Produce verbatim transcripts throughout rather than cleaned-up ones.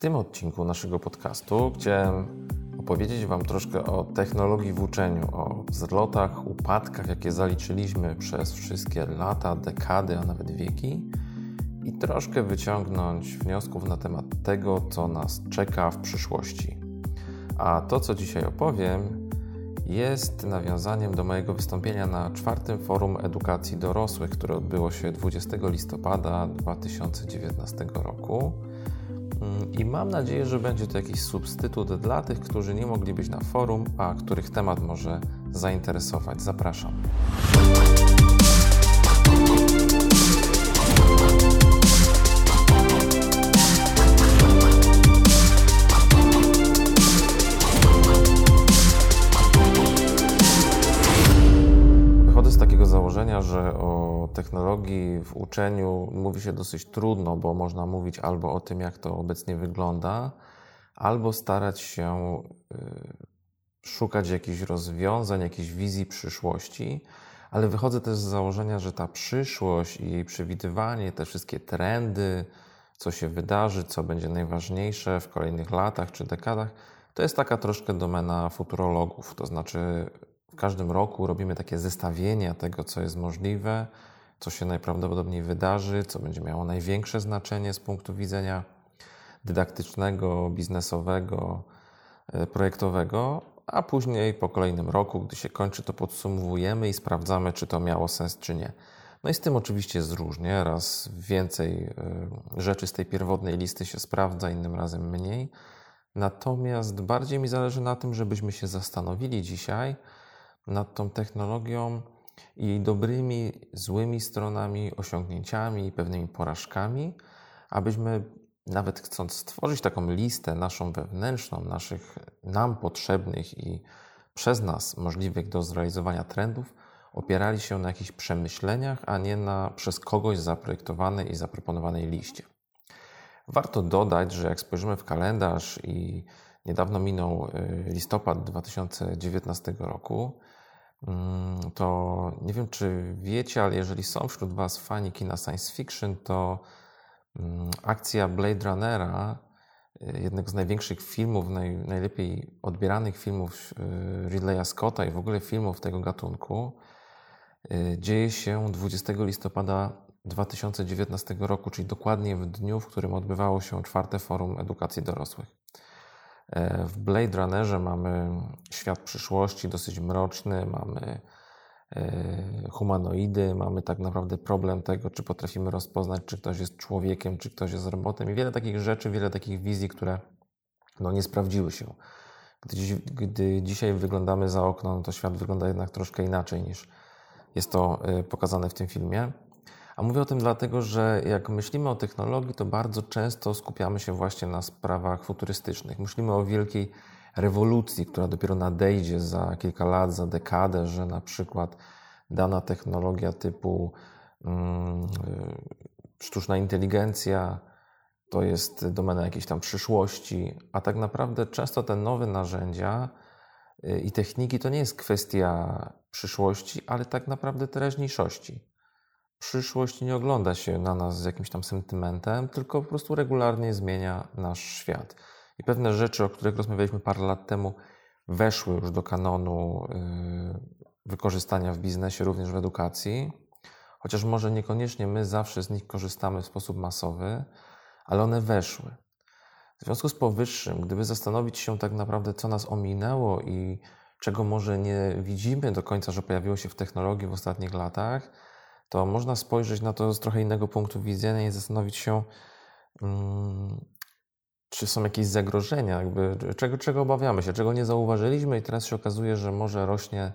tym odcinku naszego podcastu chciałem opowiedzieć Wam troszkę o technologii w uczeniu, o wzlotach, upadkach, jakie zaliczyliśmy przez wszystkie lata, dekady, a nawet wieki i troszkę wyciągnąć wniosków na temat tego, co nas czeka w przyszłości. A to, co dzisiaj opowiem, jest nawiązaniem do mojego wystąpienia na czwartym Forum Edukacji Dorosłych, które odbyło się dwudziestego listopada dwa tysiące dziewiętnastego roku. I mam nadzieję, że będzie to jakiś substytut dla tych, którzy nie mogli być na forum, a których temat może zainteresować. Zapraszam. Wychodzę z takiego założenia, że o technologii w uczeniu mówi się dosyć trudno, bo można mówić albo o tym, jak to obecnie wygląda, albo starać się y, szukać jakichś rozwiązań, jakiejś wizji przyszłości, ale wychodzę też z założenia, że ta przyszłość i jej przewidywanie, te wszystkie trendy, co się wydarzy, co będzie najważniejsze w kolejnych latach czy dekadach, to jest taka troszkę domena futurologów, to znaczy w każdym roku robimy takie zestawienia tego, co jest możliwe, co się najprawdopodobniej wydarzy, co będzie miało największe znaczenie z punktu widzenia dydaktycznego, biznesowego, projektowego, a później po kolejnym roku, gdy się kończy, to podsumowujemy i sprawdzamy, czy to miało sens, czy nie. No i z tym oczywiście jest różnie. Raz więcej rzeczy z tej pierwotnej listy się sprawdza, innym razem mniej. Natomiast bardziej mi zależy na tym, żebyśmy się zastanowili dzisiaj nad tą technologią i jej dobrymi, złymi stronami, osiągnięciami i pewnymi porażkami, abyśmy nawet chcąc stworzyć taką listę naszą wewnętrzną, naszych nam potrzebnych i przez nas możliwych do zrealizowania trendów, opierali się na jakichś przemyśleniach, a nie na przez kogoś zaprojektowanej i zaproponowanej liście. Warto dodać, że jak spojrzymy w kalendarz i niedawno minął listopad dwa tysiące dziewiętnastego roku, to nie wiem, czy wiecie, ale jeżeli są wśród Was fani kina science fiction, to akcja Blade Runnera, jednego z największych filmów, naj, najlepiej odbieranych filmów Ridleya Scotta i w ogóle filmów tego gatunku, dzieje się dwudziestego listopada dwa tysiące dziewiętnastego roku, czyli dokładnie w dniu, w którym odbywało się czwarte Forum Edukacji Dorosłych. W Blade Runnerze mamy świat przyszłości dosyć mroczny, mamy humanoidy, mamy tak naprawdę problem tego, czy potrafimy rozpoznać, czy ktoś jest człowiekiem, czy ktoś jest robotem i wiele takich rzeczy, wiele takich wizji, które no, nie sprawdziły się. Gdy, gdy dzisiaj wyglądamy za okno, no to świat wygląda jednak troszkę inaczej niż jest to pokazane w tym filmie. A mówię o tym dlatego, że jak myślimy o technologii, to bardzo często skupiamy się właśnie na sprawach futurystycznych. Myślimy o wielkiej rewolucji, która dopiero nadejdzie za kilka lat, za dekadę, że na przykład dana technologia typu hmm, sztuczna inteligencja to jest domena jakiejś tam przyszłości, a tak naprawdę często te nowe narzędzia i techniki to nie jest kwestia przyszłości, ale tak naprawdę teraźniejszości. Przyszłość nie ogląda się na nas z jakimś tam sentymentem, tylko po prostu regularnie zmienia nasz świat. I pewne rzeczy, o których rozmawialiśmy parę lat temu, weszły już do kanonu wykorzystania w biznesie, również w edukacji. Chociaż może niekoniecznie my zawsze z nich korzystamy w sposób masowy, ale one weszły. W związku z powyższym, gdyby zastanowić się tak naprawdę, co nas ominęło i czego może nie widzimy do końca, że pojawiło się w technologii w ostatnich latach, to można spojrzeć na to z trochę innego punktu widzenia i zastanowić się, hmm, czy są jakieś zagrożenia, jakby, czego, czego obawiamy się, czego nie zauważyliśmy i teraz się okazuje, że może rośnie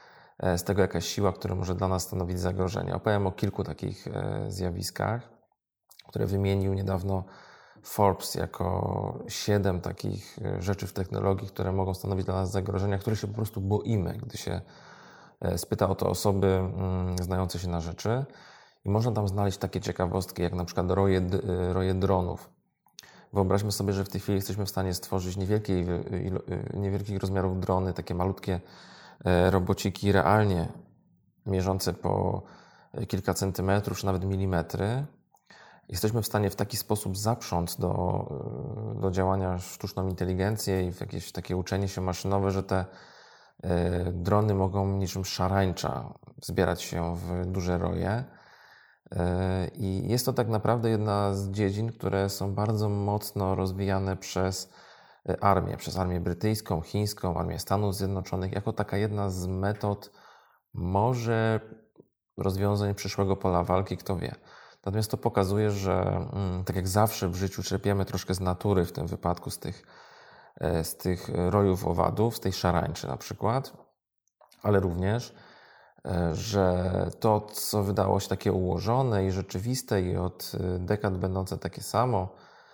z tego jakaś siła, która może dla nas stanowić zagrożenie. Opowiem o kilku takich zjawiskach, które wymienił niedawno Forbes jako siedem takich rzeczy w technologii, które mogą stanowić dla nas zagrożenia, których się po prostu boimy, gdy się spyta o to osoby znające się na rzeczy i można tam znaleźć takie ciekawostki, jak na przykład roje, roje dronów. Wyobraźmy sobie, że w tej chwili jesteśmy w stanie stworzyć niewielkiej, niewielkich rozmiarów drony, takie malutkie robociki realnie mierzące po kilka centymetrów, czy nawet milimetry, jesteśmy w stanie w taki sposób zaprząc do, do działania sztuczną inteligencję i w jakieś takie uczenie się maszynowe, że te drony mogą niczym szarańcza zbierać się w duże roje. I jest to tak naprawdę jedna z dziedzin, które są bardzo mocno rozwijane przez armię, przez armię brytyjską, chińską, armię Stanów Zjednoczonych, jako taka jedna z metod może rozwiązań przyszłego pola walki, kto wie. Natomiast to pokazuje, że tak jak zawsze w życiu czerpiemy troszkę z natury, w tym wypadku z tych, z tych rojów owadów, z tej szarańczy na przykład, ale również, że to, co wydało się takie ułożone i rzeczywiste i od dekad będące takie samo,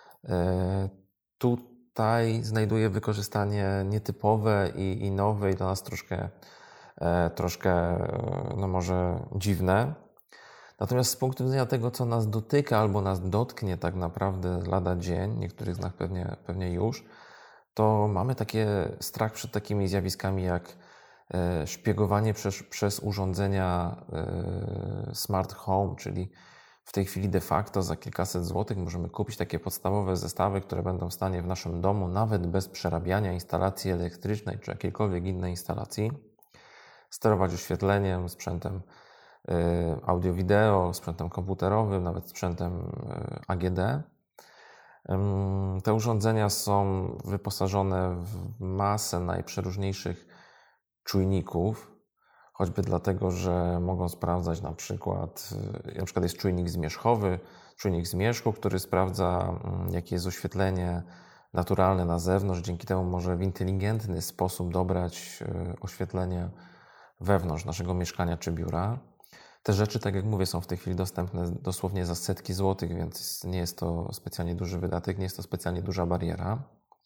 tutaj znajduje wykorzystanie nietypowe i, i nowe i dla nas troszkę, troszkę no może dziwne. Natomiast z punktu widzenia tego, co nas dotyka albo nas dotknie tak naprawdę lada dzień, niektórych z nas pewnie, pewnie już, to mamy takie strach przed takimi zjawiskami jak szpiegowanie przez, przez urządzenia smart home, czyli w tej chwili de facto za kilkaset złotych możemy kupić takie podstawowe zestawy, które będą w stanie w naszym domu, nawet bez przerabiania instalacji elektrycznej czy jakiejkolwiek innej instalacji, sterować oświetleniem, sprzętem audio-wideo, sprzętem komputerowym, nawet sprzętem A G D. Te urządzenia są wyposażone w masę najprzeróżniejszych czujników, choćby dlatego, że mogą sprawdzać na przykład, na przykład jest czujnik zmierzchowy, czujnik zmierzchu, który sprawdza, jakie jest oświetlenie naturalne na zewnątrz, dzięki temu może w inteligentny sposób dobrać oświetlenie wewnątrz naszego mieszkania czy biura. Te rzeczy, tak jak mówię, są w tej chwili dostępne dosłownie za setki złotych, więc nie jest to specjalnie duży wydatek, nie jest to specjalnie duża bariera.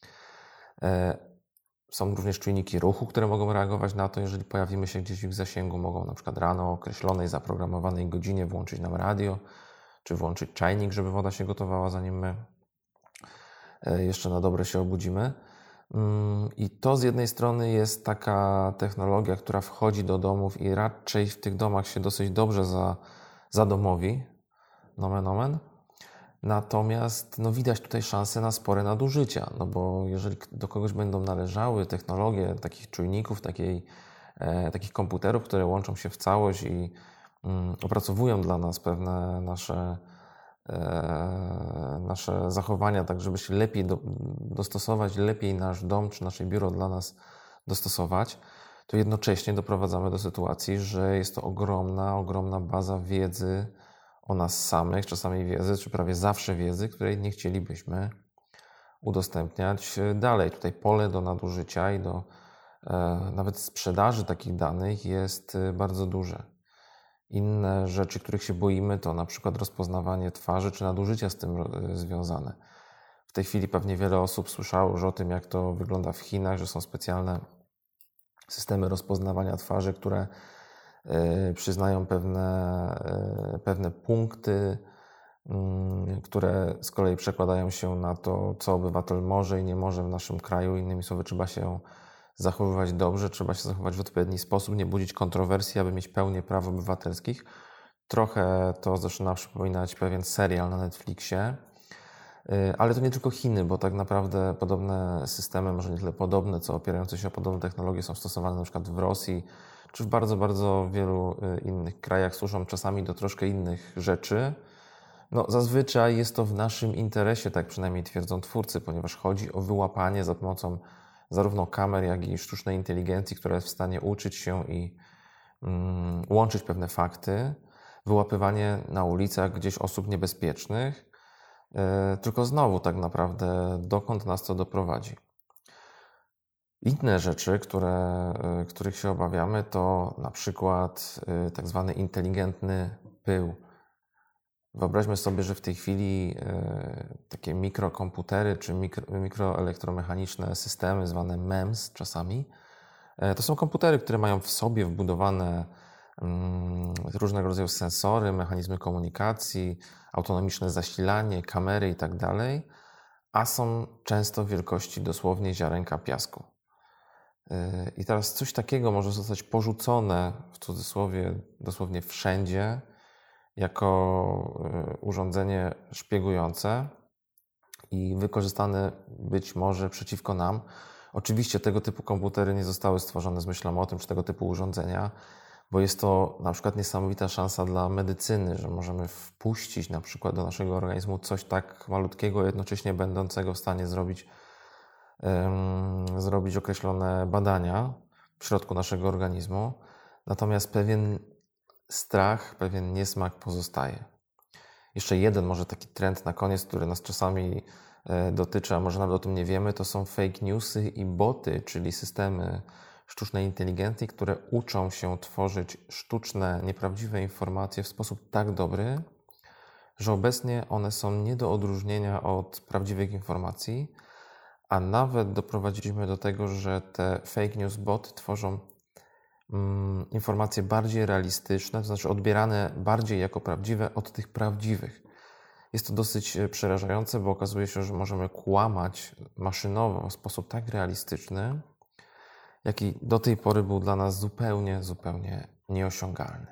Są również czujniki ruchu, które mogą reagować na to, jeżeli pojawimy się gdzieś w ich zasięgu. Mogą na przykład rano o określonej, zaprogramowanej godzinie włączyć nam radio, czy włączyć czajnik, żeby woda się gotowała, zanim my jeszcze na dobre się obudzimy. I to z jednej strony jest taka technologia, która wchodzi do domów i raczej w tych domach się dosyć dobrze za, zadomowi, nomen omen. Natomiast no, widać tutaj szansę na spore nadużycia, no bo jeżeli do kogoś będą należały technologie takich czujników, takiej, e, takich komputerów, które łączą się w całość i mm, opracowują dla nas pewne nasze, e, nasze zachowania, tak żeby się lepiej do, dostosować, lepiej nasz dom czy nasze biuro dla nas dostosować, to jednocześnie doprowadzamy do sytuacji, że jest to ogromna, ogromna baza wiedzy o nas samych, czasami wiedzy, czy prawie zawsze wiedzy, której nie chcielibyśmy udostępniać dalej. Tutaj pole do nadużycia i do e, nawet sprzedaży takich danych jest bardzo duże. Inne rzeczy, których się boimy, to na przykład rozpoznawanie twarzy, czy nadużycia z tym związane. W tej chwili pewnie wiele osób słyszało już o tym, jak to wygląda w Chinach, że są specjalne systemy rozpoznawania twarzy, które przyznają pewne, pewne punkty, które z kolei przekładają się na to, co obywatel może i nie może w naszym kraju. Innymi słowy, trzeba się zachowywać dobrze, trzeba się zachować w odpowiedni sposób, nie budzić kontrowersji, aby mieć pełnię praw obywatelskich. Trochę to zaczyna przypominać pewien serial na Netflixie, ale to nie tylko Chiny, bo tak naprawdę podobne systemy, może nie tyle podobne, co opierające się o podobne technologie są stosowane na przykład w Rosji, czy w bardzo, bardzo wielu innych krajach. Służą czasami do troszkę innych rzeczy. No, zazwyczaj jest to w naszym interesie, tak przynajmniej twierdzą twórcy, ponieważ chodzi o wyłapanie za pomocą zarówno kamer, jak i sztucznej inteligencji, która jest w stanie uczyć się i mm, łączyć pewne fakty, wyłapywanie na ulicach gdzieś osób niebezpiecznych, yy, tylko znowu tak naprawdę dokąd nas to doprowadzi. Inne rzeczy, które, których się obawiamy, to na przykład tak zwany inteligentny pył. Wyobraźmy sobie, że w tej chwili takie mikrokomputery czy mikro, mikroelektromechaniczne systemy, zwane M E M S czasami, to są komputery, które mają w sobie wbudowane różnego rodzaju sensory, mechanizmy komunikacji, autonomiczne zasilanie, kamery itd., a są często wielkości dosłownie ziarenka piasku. I teraz coś takiego może zostać porzucone w cudzysłowie dosłownie wszędzie jako urządzenie szpiegujące i wykorzystane być może przeciwko nam. Oczywiście tego typu komputery nie zostały stworzone z myślą o tym, czy tego typu urządzenia, bo jest to na przykład niesamowita szansa dla medycyny, że możemy wpuścić na przykład do naszego organizmu coś tak malutkiego, jednocześnie będącego w stanie zrobić, um, zrobić określone badania w środku naszego organizmu. Natomiast pewien strach, pewien niesmak pozostaje. Jeszcze jeden może taki trend na koniec, który nas czasami dotyczy, a może nawet o tym nie wiemy, to są fake newsy i boty, czyli systemy sztucznej inteligencji, które uczą się tworzyć sztuczne, nieprawdziwe informacje w sposób tak dobry, że obecnie one są nie do odróżnienia od prawdziwych informacji, a nawet doprowadziliśmy do tego, że te fake news boty tworzą mm, informacje bardziej realistyczne, to znaczy odbierane bardziej jako prawdziwe od tych prawdziwych. Jest to dosyć przerażające, bo okazuje się, że możemy kłamać maszynowo w sposób tak realistyczny, jaki do tej pory był dla nas zupełnie, zupełnie nieosiągalny.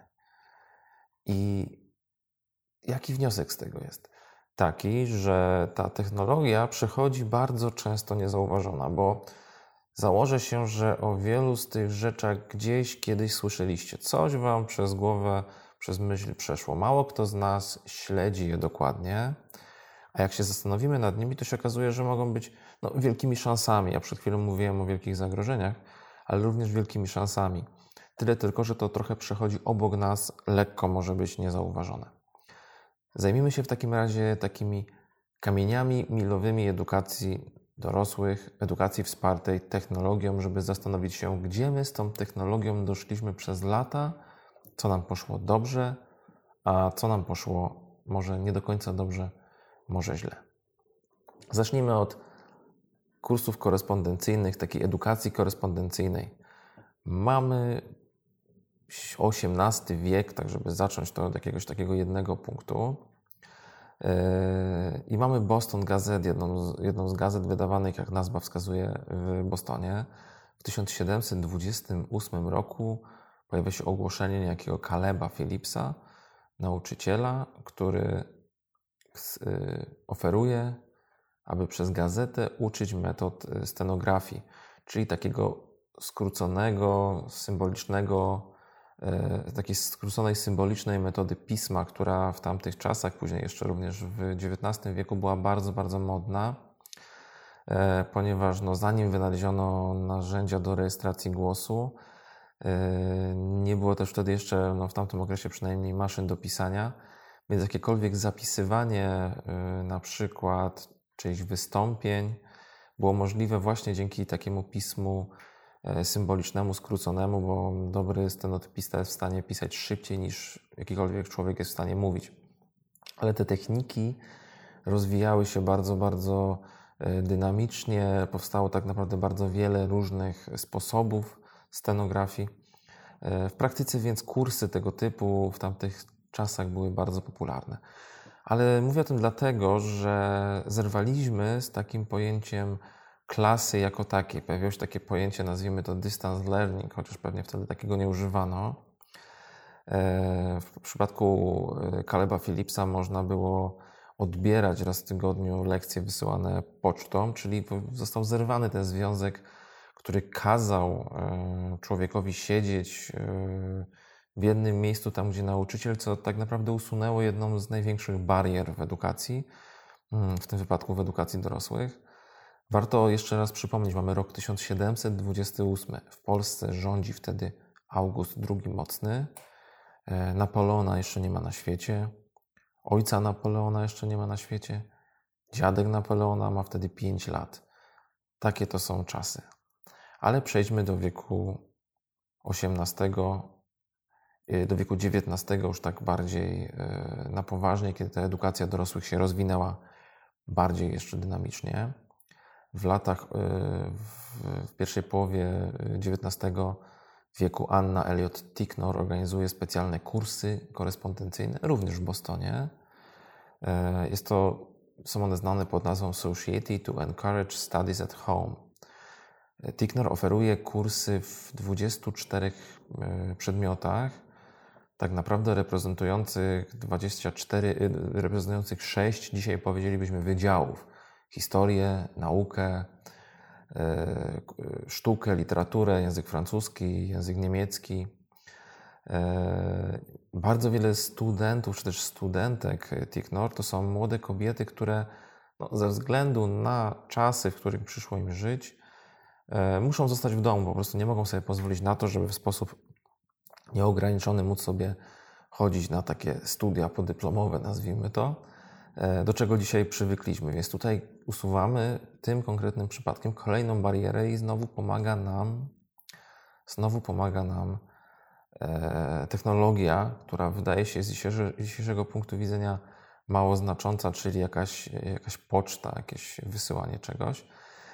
I jaki wniosek z tego jest? Taki, że ta technologia przechodzi bardzo często niezauważona, bo założę się, że o wielu z tych rzeczach gdzieś kiedyś słyszeliście. Coś wam przez głowę, przez myśl przeszło. Mało kto z nas śledzi je dokładnie, a jak się zastanowimy nad nimi, to się okazuje, że mogą być no, wielkimi szansami. Ja przed chwilą mówiłem o wielkich zagrożeniach, ale również wielkimi szansami. Tyle tylko, że to trochę przechodzi obok nas, lekko może być niezauważone. Zajmijmy się w takim razie takimi kamieniami milowymi edukacji dorosłych, edukacji wspartej technologią, żeby zastanowić się, gdzie my z tą technologią doszliśmy przez lata, co nam poszło dobrze, a co nam poszło może nie do końca dobrze, może źle. Zacznijmy od kursów korespondencyjnych, takiej edukacji korespondencyjnej. Mamy osiemnasty wiek, tak żeby zacząć to od jakiegoś takiego jednego punktu. I mamy Boston Gazette, jedną z, jedną z gazet wydawanych, jak nazwa wskazuje, w Bostonie. W tysiąc siedemset dwudziestym ósmym roku pojawia się ogłoszenie niejakiego Caleba Phillipsa, nauczyciela, który oferuje, aby przez gazetę uczyć metod stenografii, czyli takiego skróconego, symbolicznego, takiej skróconej, symbolicznej metody pisma, która w tamtych czasach, później jeszcze również w dziewiętnastym wieku była bardzo, bardzo modna, ponieważ no, zanim wynaleziono narzędzia do rejestracji głosu, nie było też wtedy jeszcze, no, w tamtym okresie przynajmniej, maszyn do pisania, więc jakiekolwiek zapisywanie na przykład czyichś wystąpień było możliwe właśnie dzięki takiemu pismu symbolicznemu, skróconemu, bo dobry stenotypista jest w stanie pisać szybciej niż jakikolwiek człowiek jest w stanie mówić. Ale te techniki rozwijały się bardzo, bardzo dynamicznie. Powstało tak naprawdę bardzo wiele różnych sposobów stenografii. W praktyce więc kursy tego typu w tamtych czasach były bardzo popularne. Ale mówię o tym dlatego, że zerwaliśmy z takim pojęciem klasy jako takiej. Pojawiło się takie pojęcie, nazwijmy to distance learning, chociaż pewnie wtedy takiego nie używano. W przypadku Caleba Phillipsa można było odbierać raz w tygodniu lekcje wysyłane pocztą, czyli został zerwany ten związek, który kazał człowiekowi siedzieć w jednym miejscu, tam gdzie nauczyciel, co tak naprawdę usunęło jedną z największych barier w edukacji, w tym wypadku w edukacji dorosłych. Warto jeszcze raz przypomnieć, mamy rok tysiąc siedemset dwudziesty ósmy. W Polsce rządzi wtedy August drugi Mocny. Napoleona jeszcze nie ma na świecie. Ojca Napoleona jeszcze nie ma na świecie. Dziadek Napoleona ma wtedy pięć lat. Takie to są czasy. Ale przejdźmy do wieku osiemnastego, do wieku dziewiętnastego już tak bardziej na poważnie, kiedy ta edukacja dorosłych się rozwinęła bardziej jeszcze dynamicznie. W latach, w pierwszej połowie dziewiętnastego wieku Anna Elliot Ticknor organizuje specjalne kursy korespondencyjne, również w Bostonie. Jest to, są one znane pod nazwą Associated to Encourage Studies at Home. Ticknor oferuje kursy w dwudziestu czterech przedmiotach, tak naprawdę reprezentujących dwadzieścia cztery, reprezentujących sześć, dzisiaj powiedzielibyśmy, wydziałów. Historię, naukę, sztukę, literaturę, język francuski, język niemiecki. Bardzo wiele studentów, czy też studentek T I C Nord to są młode kobiety, które no, ze względu na czasy, w których przyszło im żyć, muszą zostać w domu, po prostu nie mogą sobie pozwolić na to, żeby w sposób nieograniczony móc sobie chodzić na takie studia podyplomowe, nazwijmy to, do czego dzisiaj przywykliśmy. Więc tutaj usuwamy tym konkretnym przypadkiem kolejną barierę i znowu pomaga nam, znowu pomaga nam e, technologia, która wydaje się z dzisiejszego, dzisiejszego punktu widzenia mało znacząca, czyli jakaś, jakaś poczta, jakieś wysyłanie czegoś.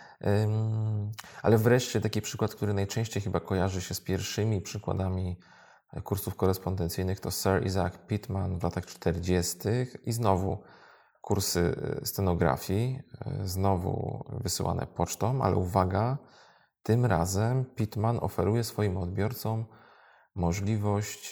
Ym, ale wreszcie taki przykład, który najczęściej chyba kojarzy się z pierwszymi przykładami kursów korespondencyjnych, to Sir Isaac Pitman w latach czterdziestych i znowu kursy scenografii, znowu wysyłane pocztą, ale uwaga, tym razem Pitman oferuje swoim odbiorcom możliwość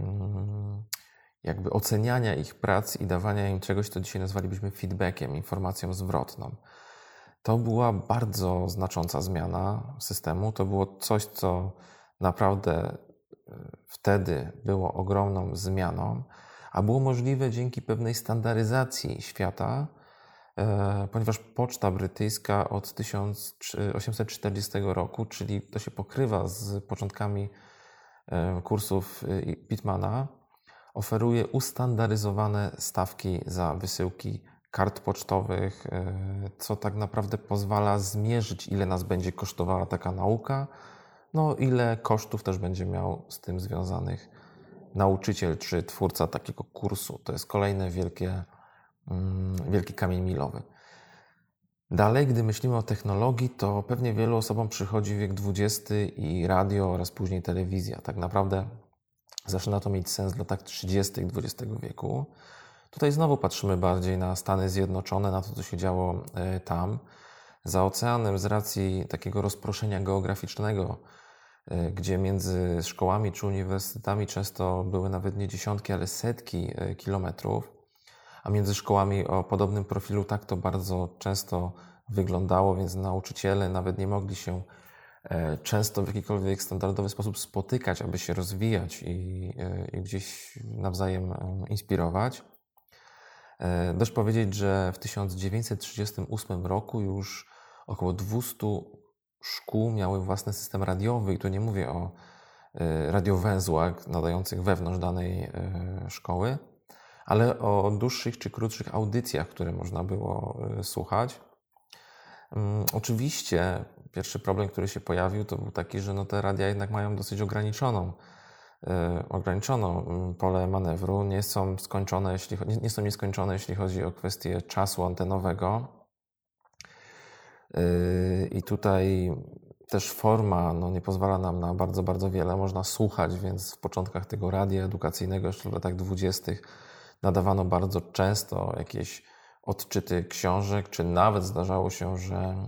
jakby oceniania ich prac i dawania im czegoś, co dzisiaj nazwalibyśmy feedbackiem, informacją zwrotną. To była bardzo znacząca zmiana systemu. To było coś, co naprawdę wtedy było ogromną zmianą, a było możliwe dzięki pewnej standaryzacji świata, ponieważ poczta brytyjska od tysiąc osiemset czterdziestego roku, czyli to się pokrywa z początkami kursów Pitmana, oferuje ustandaryzowane stawki za wysyłki kart pocztowych, co tak naprawdę pozwala zmierzyć, ile nas będzie kosztowała taka nauka, no ile kosztów też będzie miał z tym związanych nauczyciel czy twórca takiego kursu. To jest kolejny wielkie, wielki kamień milowy. Dalej, gdy myślimy o technologii, to pewnie wielu osobom przychodzi wiek dwudziesty i radio oraz później telewizja. Tak naprawdę zaczyna to mieć sens w latach trzydziestych dwudziestego wieku. Tutaj znowu patrzymy bardziej na Stany Zjednoczone, na to, co się działo tam. Za oceanem, z racji takiego rozproszenia geograficznego, gdzie między szkołami czy uniwersytetami często były nawet nie dziesiątki, ale setki kilometrów, a między szkołami o podobnym profilu tak to bardzo często wyglądało, więc nauczyciele nawet nie mogli się często w jakikolwiek standardowy sposób spotykać, aby się rozwijać i, i gdzieś nawzajem inspirować. Dość powiedzieć, że w tysiąc dziewięćset trzydziestym ósmym roku już około dwieście szkół miały własny system radiowy i tu nie mówię o radiowęzłach nadających wewnątrz danej szkoły, ale o dłuższych czy krótszych audycjach, które można było słuchać. Oczywiście pierwszy problem, który się pojawił, to był taki, że no te radia jednak mają dosyć ograniczoną, ograniczoną pole manewru, nie są skończone, jeśli, nie, nie są nieskończone, jeśli chodzi o kwestię czasu antenowego. I tutaj też forma no, nie pozwala nam na bardzo, bardzo wiele. Można słuchać, więc w początkach tego radia edukacyjnego, jeszcze w latach dwudziestych nadawano bardzo często jakieś odczyty książek, czy nawet zdarzało się, że,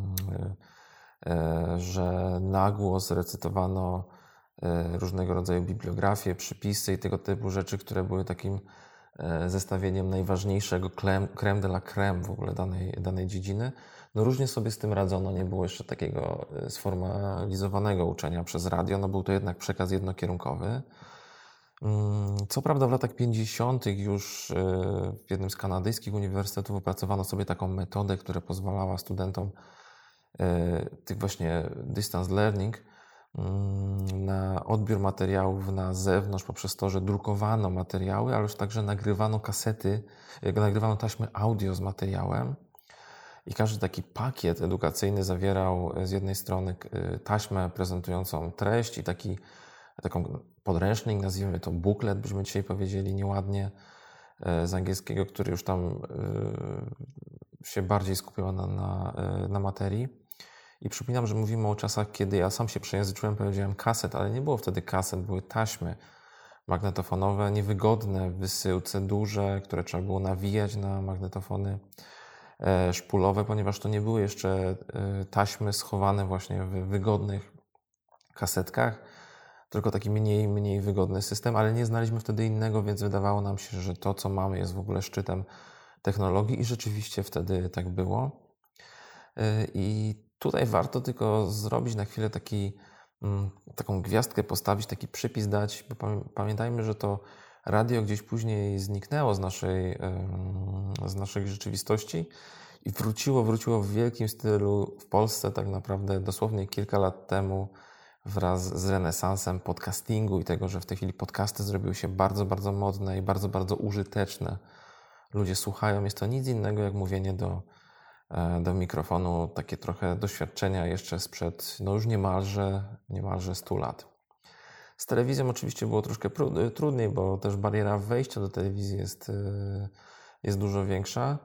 że na głos recytowano różnego rodzaju bibliografie, przypisy i tego typu rzeczy, które były takim zestawieniem najważniejszego crème de la crème w ogóle danej, danej dziedziny. No różnie sobie z tym radzono, nie było jeszcze takiego sformalizowanego uczenia przez radio, no był to jednak przekaz jednokierunkowy. Co prawda w latach pięćdziesiątych już w jednym z kanadyjskich uniwersytetów opracowano sobie taką metodę, która pozwalała studentom tych właśnie distance learning na odbiór materiałów na zewnątrz poprzez to, że drukowano materiały, ale już także nagrywano kasety, nagrywano taśmy audio z materiałem. I każdy taki pakiet edukacyjny zawierał z jednej strony taśmę prezentującą treść i taki taką podręcznik, nazwijmy to booklet, byśmy dzisiaj powiedzieli nieładnie z angielskiego, który już tam się bardziej skupiał na, na, na materii. I przypominam, że mówimy o czasach, kiedy ja sam się przejęzyczyłem, powiedziałem kaset, ale nie było wtedy kaset, były taśmy magnetofonowe, niewygodne w wysyłce, duże, które trzeba było nawijać na magnetofony szpulowe, ponieważ to nie były jeszcze taśmy schowane właśnie w wygodnych kasetkach. tylko taki mniej, mniej wygodny system, ale nie znaliśmy wtedy innego, więc wydawało nam się, że to, co mamy, jest w ogóle szczytem technologii i rzeczywiście wtedy tak było. I tutaj warto tylko zrobić na chwilę taki, taką gwiazdkę postawić, taki przypis dać, bo pamiętajmy, że to radio gdzieś później zniknęło z naszej, z naszej rzeczywistości i wróciło, wróciło w wielkim stylu w Polsce tak naprawdę dosłownie kilka lat temu wraz z renesansem podcastingu i tego, że w tej chwili podcasty zrobiły się bardzo, bardzo modne i bardzo, bardzo użyteczne. Ludzie słuchają, jest to nic innego jak mówienie do, do mikrofonu, takie trochę doświadczenia jeszcze sprzed, no już niemalże, niemalże stu lat. Z telewizją oczywiście było troszkę trudniej, bo też bariera wejścia do telewizji jest, jest dużo większa.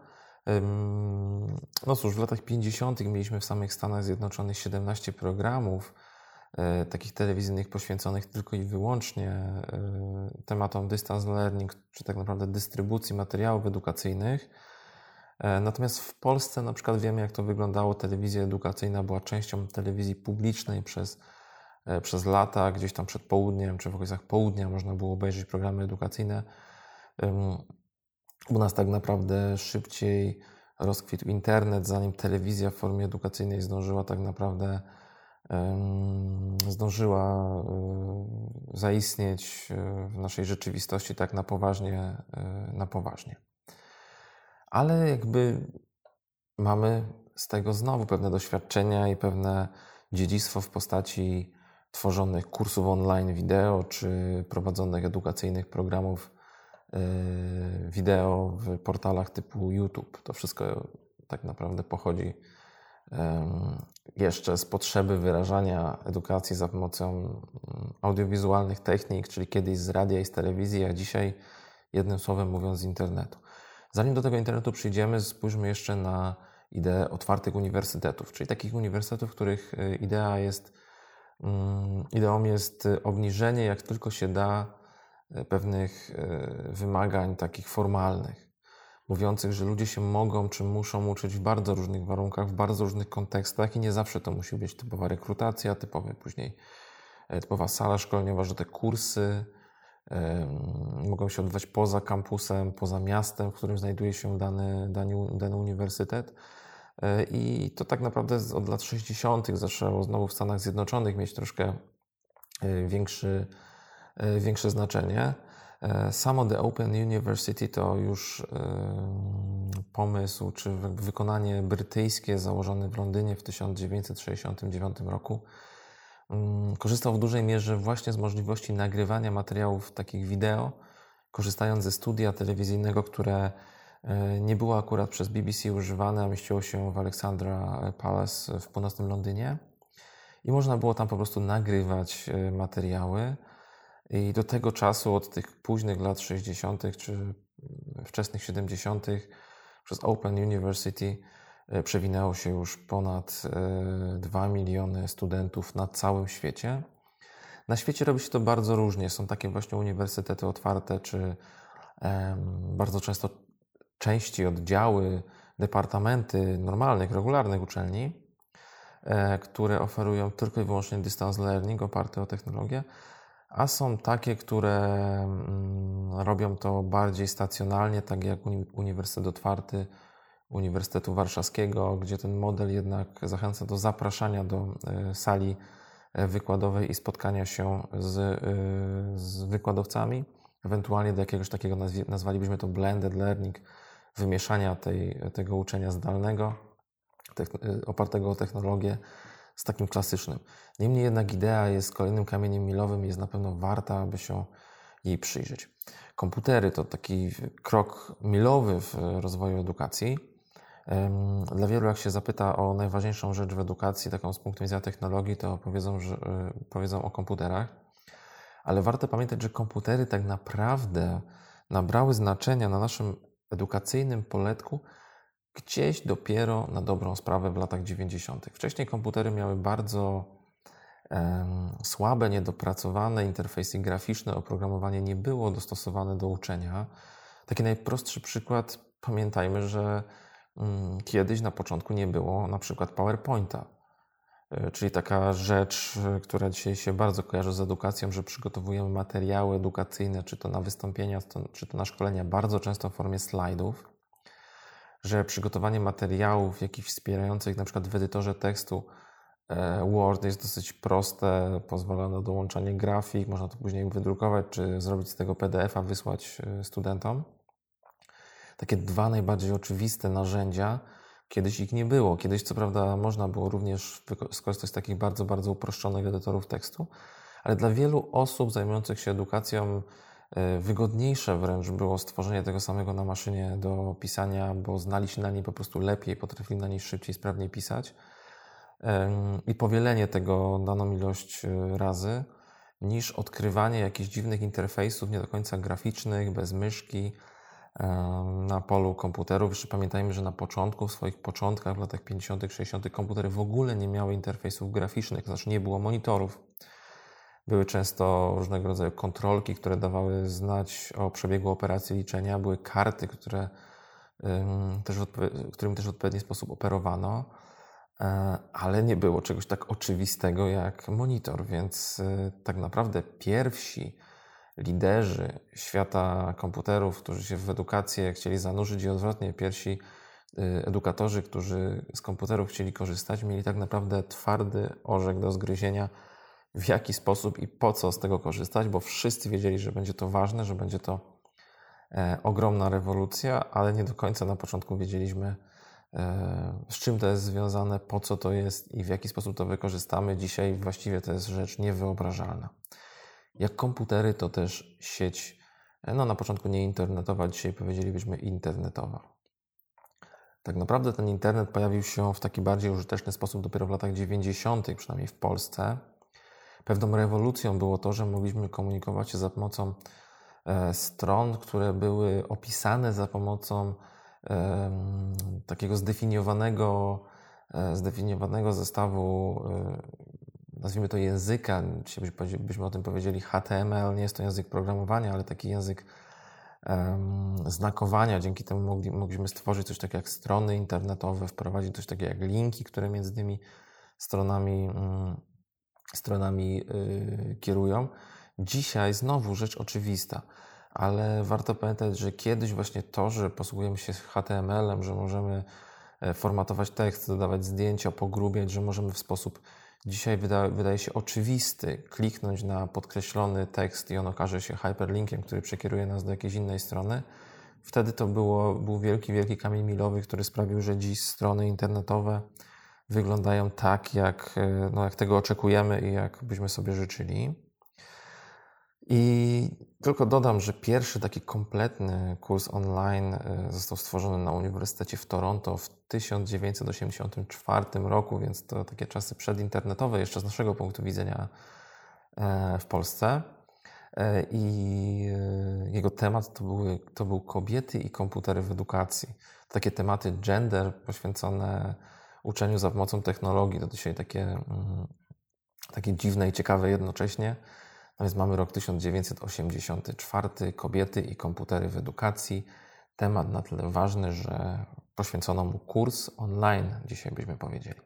No cóż, w latach pięćdziesiątych mieliśmy w samych Stanach Zjednoczonych siedemnaście programów takich telewizyjnych poświęconych tylko i wyłącznie tematom distance learning, czy tak naprawdę dystrybucji materiałów edukacyjnych. Natomiast w Polsce na przykład wiemy, jak to wyglądało. Telewizja edukacyjna była częścią telewizji publicznej przez, przez lata. Gdzieś tam przed południem, czy w okolicach południa można było obejrzeć programy edukacyjne. U nas tak naprawdę szybciej rozkwitł internet, zanim telewizja w formie edukacyjnej zdążyła tak naprawdę zdążyła zaistnieć w naszej rzeczywistości tak na poważnie, na poważnie. Ale jakby mamy z tego znowu pewne doświadczenia i pewne dziedzictwo w postaci tworzonych kursów online wideo, czy prowadzonych edukacyjnych programów wideo w portalach typu YouTube. To wszystko tak naprawdę pochodzi jeszcze z potrzeby wyrażania edukacji za pomocą audiowizualnych technik, czyli kiedyś z radia i z telewizji, a dzisiaj jednym słowem mówiąc z internetu. Zanim do tego internetu przyjdziemy, spójrzmy jeszcze na ideę otwartych uniwersytetów, czyli takich uniwersytetów, których idea jest, ideą jest obniżenie jak tylko się da pewnych wymagań takich formalnych, mówiących, że ludzie się mogą czy muszą uczyć w bardzo różnych warunkach, w bardzo różnych kontekstach i nie zawsze to musi być typowa rekrutacja, typowe później typowa sala szkoleniowa, że te kursy mogą się odbywać poza kampusem, poza miastem, w którym znajduje się dany, dany, dany uniwersytet. I to tak naprawdę od lat sześćdziesiątych zaczęło znowu w Stanach Zjednoczonych mieć troszkę większy, większe znaczenie. Samo The Open University to już pomysł, czy wykonanie brytyjskie założone w Londynie w tysiąc dziewięćset sześćdziesiątym dziewiątym roku. Korzystał w dużej mierze właśnie z możliwości nagrywania materiałów takich wideo, korzystając ze studia telewizyjnego, które nie było akurat przez B B C używane, a mieściło się w Alexandra Palace w północnym Londynie. I można było tam po prostu nagrywać materiały. I do tego czasu, od tych późnych lat sześćdziesiątych czy wczesnych siedemdziesiątych przez Open University przewinęło się już ponad dwa miliony studentów na całym świecie. Na świecie robi się to bardzo różnie. Są takie właśnie uniwersytety otwarte, czy bardzo często części, oddziały, departamenty normalnych, regularnych uczelni, które oferują tylko i wyłącznie distance learning oparte o technologię, a są takie, które robią to bardziej stacjonalnie, tak jak Uniwersytet Otwarty Uniwersytetu Warszawskiego, gdzie ten model jednak zachęca do zapraszania do sali wykładowej i spotkania się z, z wykładowcami, ewentualnie do jakiegoś takiego, nazwalibyśmy to blended learning, wymieszania tej, tego uczenia zdalnego, opartego o technologię, z takim klasycznym. Niemniej jednak idea jest kolejnym kamieniem milowym i jest na pewno warta, aby się jej przyjrzeć. Komputery to taki krok milowy w rozwoju edukacji. Dla wielu, jak się zapyta o najważniejszą rzecz w edukacji, taką z punktu widzenia technologii, to powiedzą, że, powiedzą o komputerach. Ale warto pamiętać, że komputery tak naprawdę nabrały znaczenia na naszym edukacyjnym poletku gdzieś dopiero na dobrą sprawę w latach dziewięćdziesiątych. Wcześniej komputery miały bardzo um, słabe, niedopracowane interfejsy graficzne, oprogramowanie nie było dostosowane do uczenia. Taki najprostszy przykład, pamiętajmy, że um, kiedyś na początku nie było na przykład PowerPointa. czyli taka rzecz, która dzisiaj się bardzo kojarzy z edukacją, że przygotowujemy materiały edukacyjne, czy to na wystąpienia, czy to na szkolenia, bardzo często w formie slajdów, że przygotowanie materiałów jakichś wspierających, na przykład w edytorze tekstu Word jest dosyć proste, pozwala na dołączanie grafik, można to później wydrukować, czy zrobić z tego P D F a, wysłać studentom. Takie dwa najbardziej oczywiste narzędzia, kiedyś ich nie było. Kiedyś, co prawda, można było również skorzystać z takich bardzo, bardzo uproszczonych edytorów tekstu, ale dla wielu osób zajmujących się edukacją wygodniejsze wręcz było stworzenie tego samego na maszynie do pisania, bo znali się na niej po prostu lepiej, potrafili na niej szybciej, sprawniej pisać i powielenie tego daną ilość razy, niż odkrywanie jakichś dziwnych interfejsów, nie do końca graficznych, bez myszki, na polu komputerów. Jeszcze pamiętajmy, że na początku, w swoich początkach, w latach pięćdziesiątych, sześćdziesiątych komputery w ogóle nie miały interfejsów graficznych, to znaczy nie było monitorów. Były często różnego rodzaju kontrolki, które dawały znać o przebiegu operacji liczenia, były karty, które, też w którym też w odpowiedni sposób operowano, ale nie było czegoś tak oczywistego jak monitor, więc tak naprawdę pierwsi liderzy świata komputerów, którzy się w edukację chcieli zanurzyć i odwrotnie, pierwsi edukatorzy, którzy z komputerów chcieli korzystać, mieli tak naprawdę twardy orzech do zgryzienia, w jaki sposób i po co z tego korzystać, bo wszyscy wiedzieli, że będzie to ważne, że będzie to e, ogromna rewolucja, ale nie do końca na początku wiedzieliśmy, e, z czym to jest związane, po co to jest i w jaki sposób to wykorzystamy. Dzisiaj właściwie to jest rzecz niewyobrażalna. Jak komputery, to też sieć, no na początku nie internetowa, dzisiaj powiedzielibyśmy internetowa. Tak naprawdę ten internet pojawił się w taki bardziej użyteczny sposób dopiero w latach dziewięćdziesiątych, przynajmniej w Polsce. Pewną rewolucją było to, że mogliśmy komunikować się za pomocą e, stron, które były opisane za pomocą e, takiego zdefiniowanego, e, zdefiniowanego zestawu, e, nazwijmy to języka, dzisiaj byśmy o tym powiedzieli H T M L, nie jest to język programowania, ale taki język e, znakowania. Dzięki temu mogli, mogliśmy stworzyć coś takiego jak strony internetowe, wprowadzić coś takiego jak linki, które między tymi stronami mm, stronami yy, kierują. Dzisiaj znowu rzecz oczywista, ale warto pamiętać, że kiedyś właśnie to, że posługujemy się H T M L em, że możemy formatować tekst, dodawać zdjęcia, pogrubiać, że możemy w sposób dzisiaj wyda, wydaje się oczywisty kliknąć na podkreślony tekst i on okaże się hyperlinkiem, który przekieruje nas do jakiejś innej strony. Wtedy to było, był wielki, wielki kamień milowy, który sprawił, że dziś strony internetowe wyglądają tak, jak, no, jak tego oczekujemy i jak byśmy sobie życzyli. I tylko dodam, że pierwszy taki kompletny kurs online został stworzony na Uniwersytecie w Toronto w tysiąc dziewięćset osiemdziesiątym czwartym roku, więc to takie czasy przedinternetowe jeszcze z naszego punktu widzenia w Polsce. I jego temat to, były, to był kobiety i komputery w edukacji. Takie tematy gender poświęcone uczeniu za pomocą technologii, to dzisiaj takie, takie dziwne i ciekawe jednocześnie. No więc mamy rok tysiąc dziewięćset osiemdziesiąty czwarty, kobiety i komputery w edukacji. Temat na tyle ważny, że poświęcono mu kurs online, dzisiaj byśmy powiedzieli.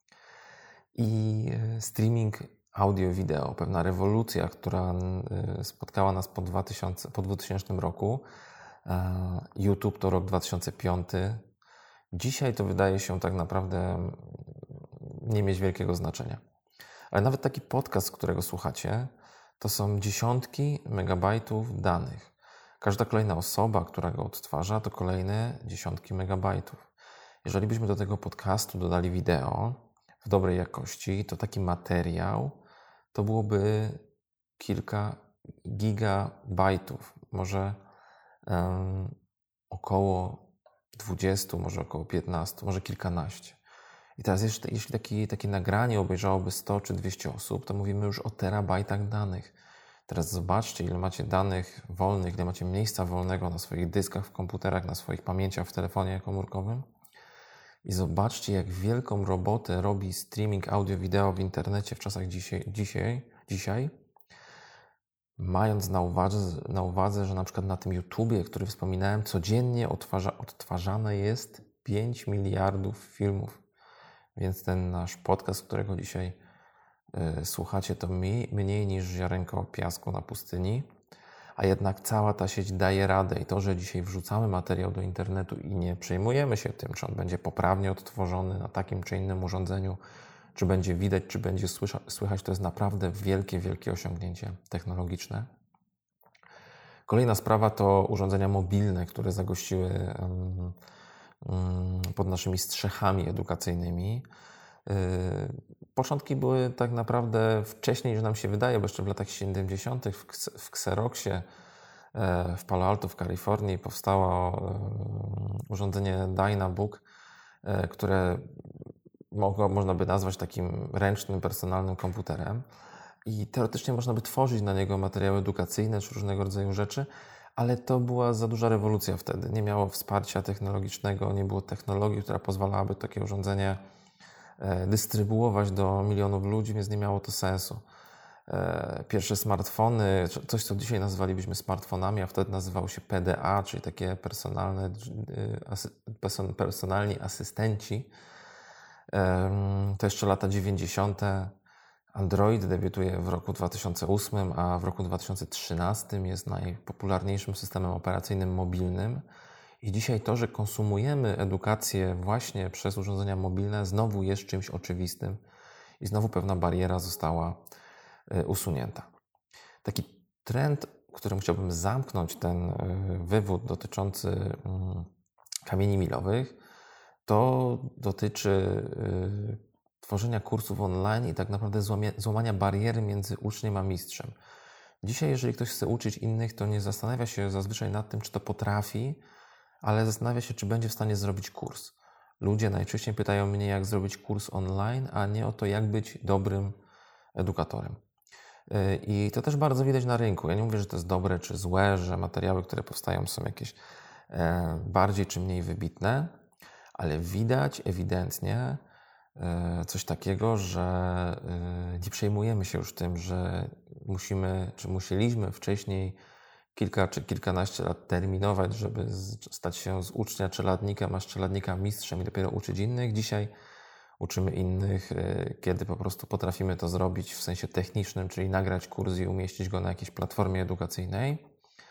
I streaming audio-wideo, pewna rewolucja, która spotkała nas po, dwa tysiące, po dwutysięcznym roku. YouTube to rok dwa tysiące piąty. Dzisiaj to wydaje się tak naprawdę nie mieć wielkiego znaczenia. Ale nawet taki podcast, którego słuchacie, to są dziesiątki megabajtów danych. Każda kolejna osoba, która go odtwarza, to kolejne dziesiątki megabajtów. Jeżeli byśmy do tego podcastu dodali wideo w dobrej jakości, to taki materiał to byłoby kilka gigabajtów, może um, około dwudziestu, może około piętnastu, może kilkanaście. I teraz jeszcze, jeśli taki, takie nagranie obejrzałoby sto czy dwieście osób, to mówimy już o terabajtach danych. Teraz zobaczcie, ile macie danych wolnych, ile macie miejsca wolnego na swoich dyskach w komputerach, na swoich pamięciach w telefonie komórkowym. I zobaczcie, jak wielką robotę robi streaming audio-wideo w internecie w czasach dzisiaj, dzisiaj, dzisiaj mając na uwadze, na uwadze, że na przykład na tym YouTubie, który wspominałem, codziennie odtwarza, odtwarzane jest pięć miliardów filmów. Więc ten nasz podcast, którego dzisiaj y, słuchacie, to mniej, mniej niż ziarenko piasku na pustyni, a jednak cała ta sieć daje radę i to, że dzisiaj wrzucamy materiał do internetu i nie przejmujemy się tym, czy on będzie poprawnie odtworzony na takim czy innym urządzeniu, czy będzie widać, czy będzie słychać, to jest naprawdę wielkie, wielkie osiągnięcie technologiczne. Kolejna sprawa to urządzenia mobilne, które zagościły pod naszymi strzechami edukacyjnymi. Początki były tak naprawdę wcześniej, niż nam się wydaje, bo jeszcze w latach siedemdziesiątych w Xeroxie w Palo Alto w Kalifornii powstało urządzenie Dynabook, które mogło, można by nazwać takim ręcznym, personalnym komputerem. I teoretycznie można by tworzyć na niego materiały edukacyjne czy różnego rodzaju rzeczy, ale to była za duża rewolucja wtedy. Nie miało wsparcia technologicznego, nie było technologii, która pozwalałaby takie urządzenie dystrybuować do milionów ludzi, więc nie miało to sensu. Pierwsze smartfony, coś co dzisiaj nazywalibyśmy smartfonami, a wtedy nazywało się P D A, czyli takie personalne, personalni asystenci. To jeszcze lata dziewięćdziesiąte. Android debiutuje w roku dwa tysiące ósmym, a w roku dwa tysiące trzynastym jest najpopularniejszym systemem operacyjnym mobilnym. I dzisiaj to, że konsumujemy edukację właśnie przez urządzenia mobilne, znowu jest czymś oczywistym i znowu pewna bariera została usunięta. Taki trend, którym chciałbym zamknąć ten wywód dotyczący kamieni milowych, to dotyczy tworzenia kursów online i tak naprawdę złamania bariery między uczniem a mistrzem. Dzisiaj, jeżeli ktoś chce uczyć innych, to nie zastanawia się zazwyczaj nad tym, czy to potrafi, ale zastanawia się, czy będzie w stanie zrobić kurs. Ludzie najczęściej pytają mnie, jak zrobić kurs online, a nie o to, jak być dobrym edukatorem. I to też bardzo widać na rynku. Ja nie mówię, że to jest dobre czy złe, że materiały, które powstają, są jakieś bardziej czy mniej wybitne, ale widać ewidentnie coś takiego, że nie przejmujemy się już tym, że musimy, czy musieliśmy wcześniej kilka czy kilkanaście lat terminować, żeby stać się z ucznia czeladnikiem, a z czeladnika mistrzem i dopiero uczyć innych. Dzisiaj uczymy innych, kiedy po prostu potrafimy to zrobić w sensie technicznym, czyli nagrać kurs i umieścić go na jakiejś platformie edukacyjnej.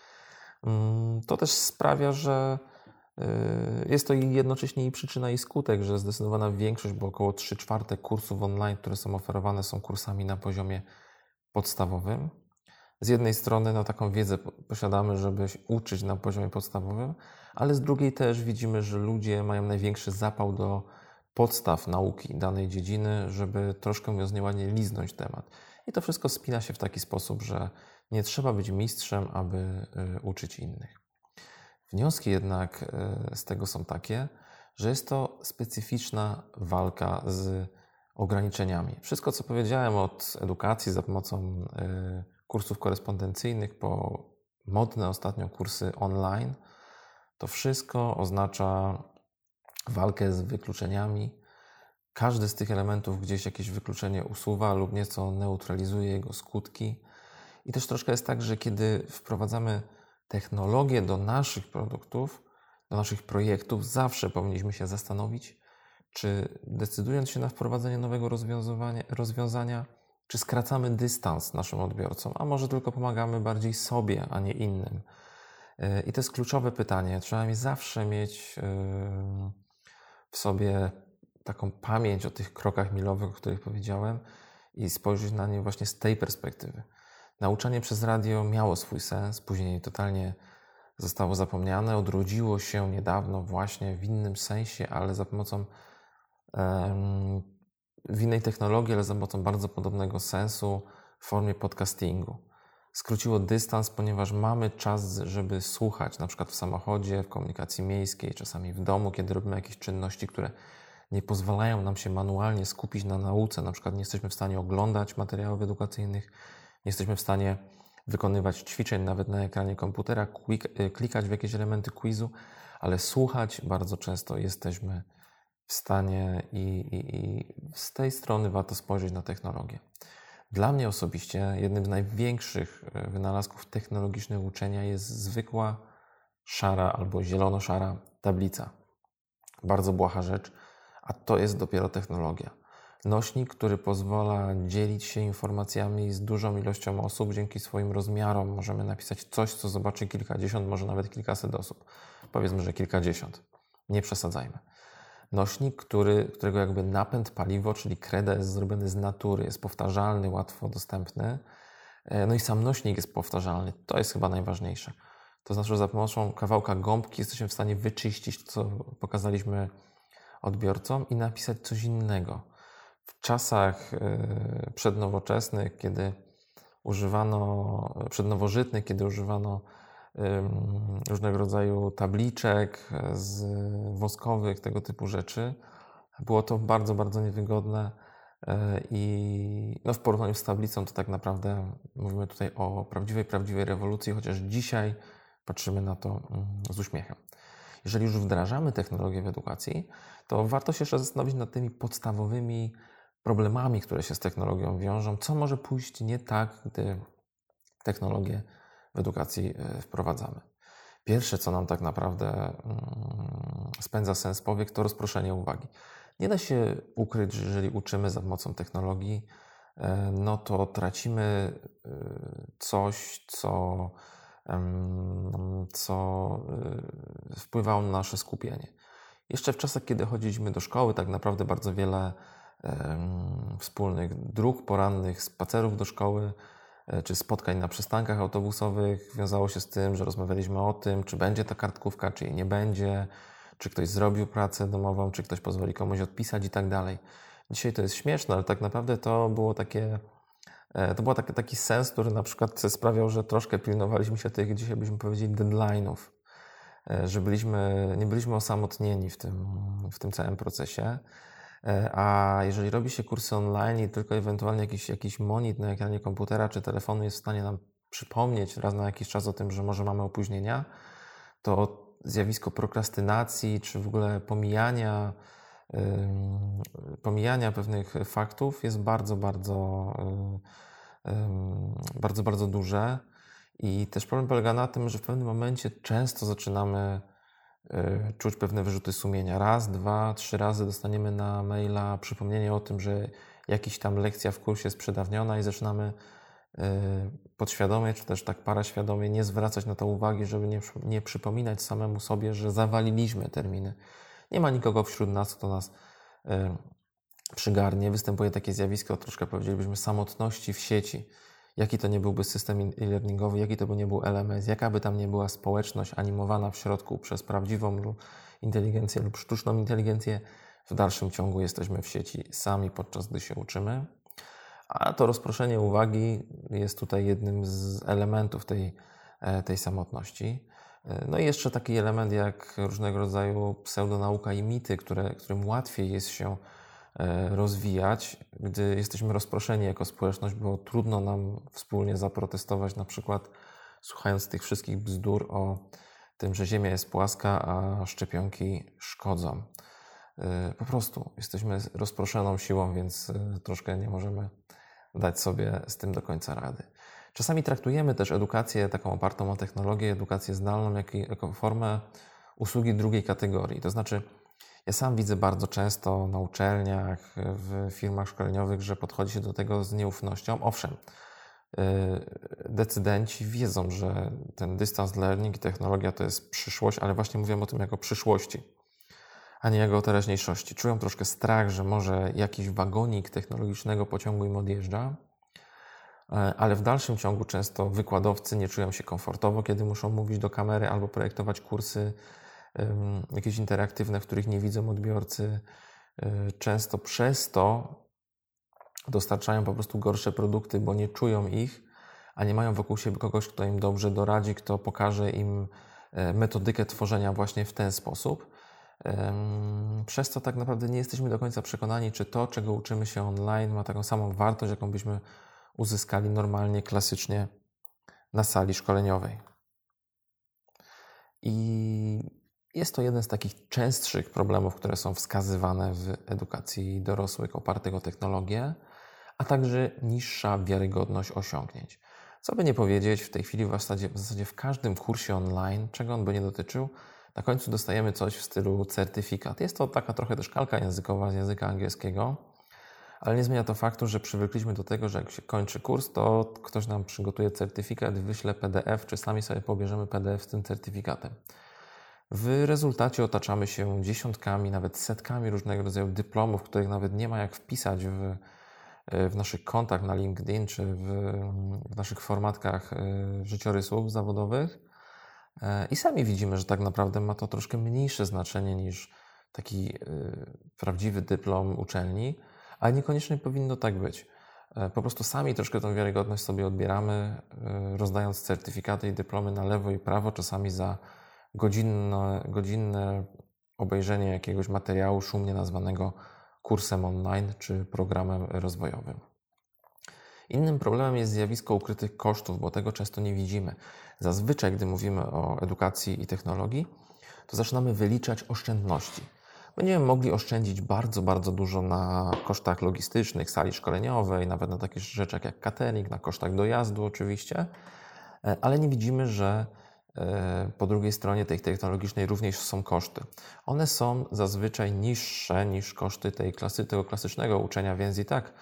To też sprawia, że jest to jednocześnie i przyczyna i skutek, że zdecydowana większość, bo około trzy czwarte kursów online, które są oferowane, są kursami na poziomie podstawowym. Z jednej strony no, taką wiedzę posiadamy, żeby się uczyć na poziomie podstawowym, ale z drugiej też widzimy, że ludzie mają największy zapał do podstaw nauki danej dziedziny, żeby troszkę, mówiąc nieładnie, liznąć temat. I to wszystko spina się w taki sposób, że nie trzeba być mistrzem, aby uczyć innych. Wnioski jednak z tego są takie, że jest to specyficzna walka z ograniczeniami. Wszystko, co powiedziałem, od edukacji za pomocą kursów korespondencyjnych po modne ostatnio kursy online, to wszystko oznacza walkę z wykluczeniami. Każdy z tych elementów gdzieś jakieś wykluczenie usuwa lub nieco neutralizuje jego skutki. I też troszkę jest tak, że kiedy wprowadzamy technologię do naszych produktów, do naszych projektów, zawsze powinniśmy się zastanowić, czy decydując się na wprowadzenie nowego rozwiązania, rozwiązania czy skracamy dystans naszym odbiorcom, a może tylko pomagamy bardziej sobie, a nie innym. I to jest kluczowe pytanie. Trzeba mi zawsze mieć w sobie taką pamięć o tych krokach milowych, o których powiedziałem i spojrzeć na nie właśnie z tej perspektywy. Nauczanie przez radio miało swój sens, później totalnie zostało zapomniane, odrodziło się niedawno właśnie w innym sensie, ale za pomocą um, w innej technologii, ale za pomocą bardzo podobnego sensu w formie podcastingu. Skróciło dystans, ponieważ mamy czas, żeby słuchać, na przykład w samochodzie, w komunikacji miejskiej, czasami w domu, kiedy robimy jakieś czynności, które nie pozwalają nam się manualnie skupić na nauce. Na przykład nie jesteśmy w stanie oglądać materiałów edukacyjnych, nie jesteśmy w stanie wykonywać ćwiczeń nawet na ekranie komputera, klikać w jakieś elementy quizu, ale słuchać bardzo często jesteśmy w stanie i, i, i z tej strony warto spojrzeć na technologię. Dla mnie osobiście jednym z największych wynalazków technologicznych uczenia jest zwykła szara albo zielono-szara tablica. Bardzo błaha rzecz, a to jest dopiero technologia. Nośnik, który pozwala dzielić się informacjami z dużą ilością osób. Dzięki swoim rozmiarom możemy napisać coś, co zobaczy kilkadziesiąt, może nawet kilkaset osób. Powiedzmy, że kilkadziesiąt. Nie przesadzajmy. Nośnik, który, którego jakby napęd, paliwo, czyli kreda jest zrobiony z natury, jest powtarzalny, łatwo dostępny. No i sam nośnik jest powtarzalny. To jest chyba najważniejsze. To znaczy, że za pomocą kawałka gąbki jesteśmy w stanie wyczyścić to, co pokazaliśmy odbiorcom i napisać coś innego. W czasach przednowoczesnych, kiedy używano, przednowożytnych, kiedy używano różnego rodzaju tabliczek z woskowych, tego typu rzeczy, było to bardzo, bardzo niewygodne i no w porównaniu z tablicą to tak naprawdę mówimy tutaj o prawdziwej, prawdziwej rewolucji, chociaż dzisiaj patrzymy na to z uśmiechem. Jeżeli już wdrażamy technologię w edukacji, to warto się jeszcze zastanowić nad tymi podstawowymi problemami, które się z technologią wiążą. Co może pójść nie tak, gdy technologię w edukacji wprowadzamy? Pierwsze, co nam tak naprawdę spędza sens powiek, to rozproszenie uwagi. Nie da się ukryć, że jeżeli uczymy za pomocą technologii, no to tracimy coś, co, co wpływało na nasze skupienie. Jeszcze w czasach, kiedy chodziliśmy do szkoły, tak naprawdę bardzo wiele wspólnych dróg porannych, spacerów do szkoły, czy spotkań na przystankach autobusowych wiązało się z tym, że rozmawialiśmy o tym, czy będzie ta kartkówka, czy jej nie będzie, czy ktoś zrobił pracę domową, czy ktoś pozwoli komuś odpisać i tak dalej. Dzisiaj to jest śmieszne, ale tak naprawdę to było takie, to był taki, taki sens, który na przykład sprawiał, że troszkę pilnowaliśmy się tych, dzisiaj byśmy powiedzieli, deadline'ów, że byliśmy, nie byliśmy osamotnieni w tym, w tym całym procesie. A jeżeli robi się kursy online i tylko ewentualnie jakiś, jakiś monit na ekranie komputera czy telefonu jest w stanie nam przypomnieć raz na jakiś czas o tym, że może mamy opóźnienia, to zjawisko prokrastynacji czy w ogóle pomijania, yy, pomijania pewnych faktów jest bardzo, bardzo, yy, yy, bardzo, bardzo duże. I też problem polega na tym, że w pewnym momencie często zaczynamy czuć pewne wyrzuty sumienia. Raz, dwa, trzy razy dostaniemy na maila przypomnienie o tym, że jakaś tam lekcja w kursie jest przedawniona i zaczynamy podświadomie, czy też tak paraświadomie nie zwracać na to uwagi, żeby nie, nie przypominać samemu sobie, że zawaliliśmy terminy. Nie ma nikogo wśród nas, kto nas przygarnie. Występuje takie zjawisko, troszkę powiedzielibyśmy, samotności w sieci. Jaki to nie byłby system e-learningowy, jaki to by nie był L M S, jaka by tam nie była społeczność animowana w środku przez prawdziwą inteligencję lub sztuczną inteligencję, w dalszym ciągu jesteśmy w sieci sami, podczas gdy się uczymy. A to rozproszenie uwagi jest tutaj jednym z elementów tej, tej samotności. No i jeszcze taki element jak różnego rodzaju pseudonauka i mity, które, którym łatwiej jest się rozwijać, gdy jesteśmy rozproszeni jako społeczność, bo trudno nam wspólnie zaprotestować, na przykład słuchając tych wszystkich bzdur o tym, że Ziemia jest płaska, a szczepionki szkodzą. Po prostu jesteśmy rozproszoną siłą, więc troszkę nie możemy dać sobie z tym do końca rady. Czasami traktujemy też edukację taką opartą o technologię, edukację zdalną, jak, jako formę usługi drugiej kategorii. To znaczy, ja sam widzę bardzo często na uczelniach, w firmach szkoleniowych, że podchodzi się do tego z nieufnością. Owszem, decydenci wiedzą, że ten distance learning i technologia to jest przyszłość, ale właśnie mówią o tym jako przyszłości, a nie jako o teraźniejszości. Czują troszkę strach, że może jakiś wagonik technologicznego pociągu im odjeżdża, ale w dalszym ciągu często wykładowcy nie czują się komfortowo, kiedy muszą mówić do kamery albo projektować kursy jakieś interaktywne, w których nie widzą odbiorcy. Często przez to dostarczają po prostu gorsze produkty, bo nie czują ich, a nie mają wokół siebie kogoś, kto im dobrze doradzi, kto pokaże im metodykę tworzenia właśnie w ten sposób. Przez to tak naprawdę nie jesteśmy do końca przekonani, czy to, czego uczymy się online, ma taką samą wartość, jaką byśmy uzyskali normalnie, klasycznie na sali szkoleniowej. I jest to jeden z takich częstszych problemów, które są wskazywane w edukacji dorosłych opartych o technologię, a także niższa wiarygodność osiągnięć. Co by nie powiedzieć, w tej chwili w zasadzie, w zasadzie w każdym kursie online, czego on by nie dotyczył, Na końcu dostajemy coś w stylu certyfikat. Jest to taka trochę też kalka językowa z języka angielskiego, ale nie zmienia to faktu, że przywykliśmy do tego, że jak się kończy kurs, to ktoś nam przygotuje certyfikat, wyśle P D F, czy sami sobie pobierzemy P D F z tym certyfikatem. W rezultacie otaczamy się dziesiątkami, nawet setkami różnego rodzaju dyplomów, których nawet nie ma jak wpisać w, w naszych kontach na LinkedIn, czy w, w naszych formatkach życiorysów zawodowych. I sami widzimy, że tak naprawdę ma to troszkę mniejsze znaczenie niż taki prawdziwy dyplom uczelni, ale niekoniecznie powinno tak być. Po prostu sami troszkę tą wiarygodność sobie odbieramy, rozdając certyfikaty i dyplomy na lewo i prawo, czasami za godzinne, godzinne obejrzenie jakiegoś materiału szumnie nazwanego kursem online czy programem rozwojowym. Innym problemem jest zjawisko ukrytych kosztów, bo tego często nie widzimy. Zazwyczaj, gdy mówimy o edukacji i technologii, to zaczynamy wyliczać oszczędności. Będziemy mogli oszczędzić bardzo, bardzo dużo na kosztach logistycznych, sali szkoleniowej, nawet na takich rzeczach jak catering, na kosztach dojazdu oczywiście, ale nie widzimy, że po drugiej stronie tej technologicznej również są koszty. One są zazwyczaj niższe niż koszty tej klasy, tego klasycznego uczenia, więc i tak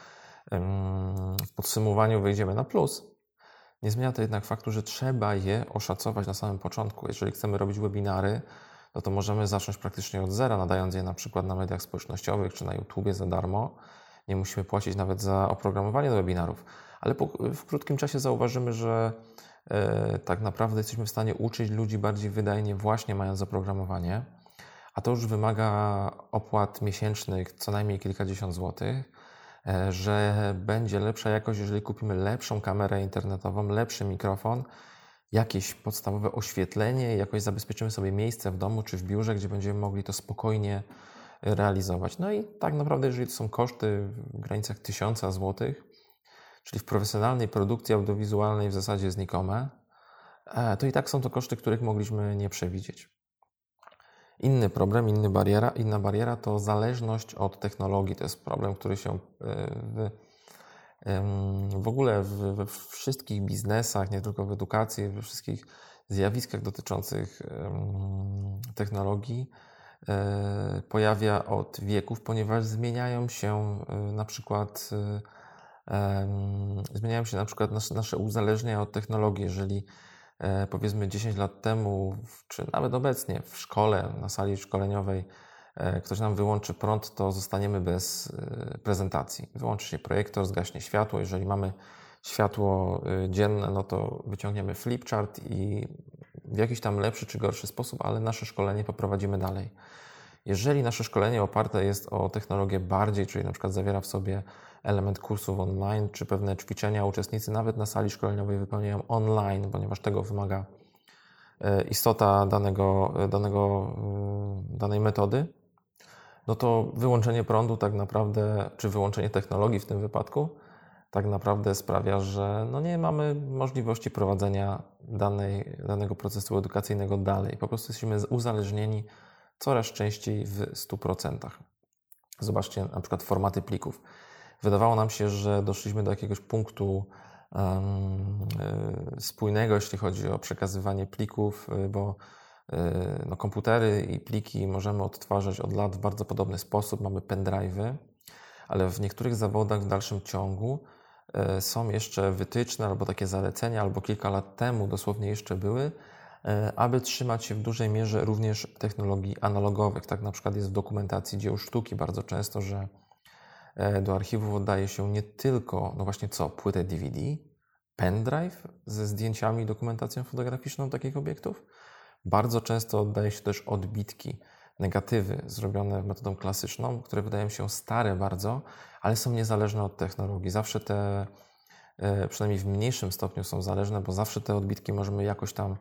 w podsumowaniu wyjdziemy na plus. Nie zmienia to jednak faktu, że trzeba je oszacować na samym początku. Jeżeli chcemy robić webinary, no to możemy zacząć praktycznie od zera, nadając je na przykład na mediach społecznościowych czy na YouTubie za darmo. Nie musimy płacić nawet za oprogramowanie do webinarów, ale po, w krótkim czasie zauważymy, że e, tak naprawdę jesteśmy w stanie uczyć ludzi bardziej wydajnie właśnie mając oprogramowanie, a to już wymaga opłat miesięcznych co najmniej kilkadziesiąt złotych, e, że będzie lepsza jakość, jeżeli kupimy lepszą kamerę internetową, lepszy mikrofon, jakieś podstawowe oświetlenie, jakoś zabezpieczymy sobie miejsce w domu czy w biurze, gdzie będziemy mogli to spokojnie realizować. No i tak naprawdę, jeżeli to są koszty w granicach tysiąca złotych, czyli w profesjonalnej produkcji audiowizualnej w zasadzie znikome, to i tak są to koszty, których mogliśmy nie przewidzieć. Inny problem, inny bariera, inna bariera to zależność od technologii. To jest problem, który się w W ogóle we wszystkich biznesach, nie tylko w edukacji, we wszystkich zjawiskach dotyczących technologii pojawia od wieków, ponieważ zmieniają się na przykład zmieniają się na przykład nasze, nasze uzależnienia od technologii. Jeżeli powiedzmy dziesięć lat temu, czy nawet obecnie w szkole, na sali szkoleniowej ktoś nam wyłączy prąd, to zostaniemy bez prezentacji. Wyłączy się projektor, zgaśnie światło. Jeżeli mamy światło dzienne, no to wyciągniemy flipchart i w jakiś tam lepszy czy gorszy sposób, ale nasze szkolenie poprowadzimy dalej. Jeżeli nasze szkolenie oparte jest o technologię bardziej, czyli na przykład zawiera w sobie element kursów online, czy pewne ćwiczenia uczestnicy nawet na sali szkoleniowej wypełniają online, ponieważ tego wymaga istota danego, danego, danej metody, no to wyłączenie prądu tak naprawdę, czy wyłączenie technologii w tym wypadku, tak naprawdę sprawia, że no nie mamy możliwości prowadzenia danej, danego procesu edukacyjnego dalej. Po prostu jesteśmy uzależnieni coraz częściej w stu procentach. Zobaczcie na przykład formaty plików. Wydawało nam się, że doszliśmy do jakiegoś punktu um, spójnego, jeśli chodzi o przekazywanie plików, bo no, komputery i pliki możemy odtwarzać od lat w bardzo podobny sposób. Mamy pendrive'y, ale w niektórych zawodach w dalszym ciągu są jeszcze wytyczne albo takie zalecenia, albo kilka lat temu dosłownie jeszcze były, aby trzymać się w dużej mierze również technologii analogowych. Tak na przykład jest w dokumentacji dzieł sztuki bardzo często, że do archiwów oddaje się nie tylko, no właśnie co, płytę D V D, pendrive ze zdjęciami i dokumentacją fotograficzną takich obiektów. Bardzo często oddaje się też odbitki, negatywy zrobione metodą klasyczną, które wydają się stare bardzo, ale są niezależne od technologii. Zawsze te, przynajmniej w mniejszym stopniu są zależne, bo zawsze te odbitki możemy jakoś tam,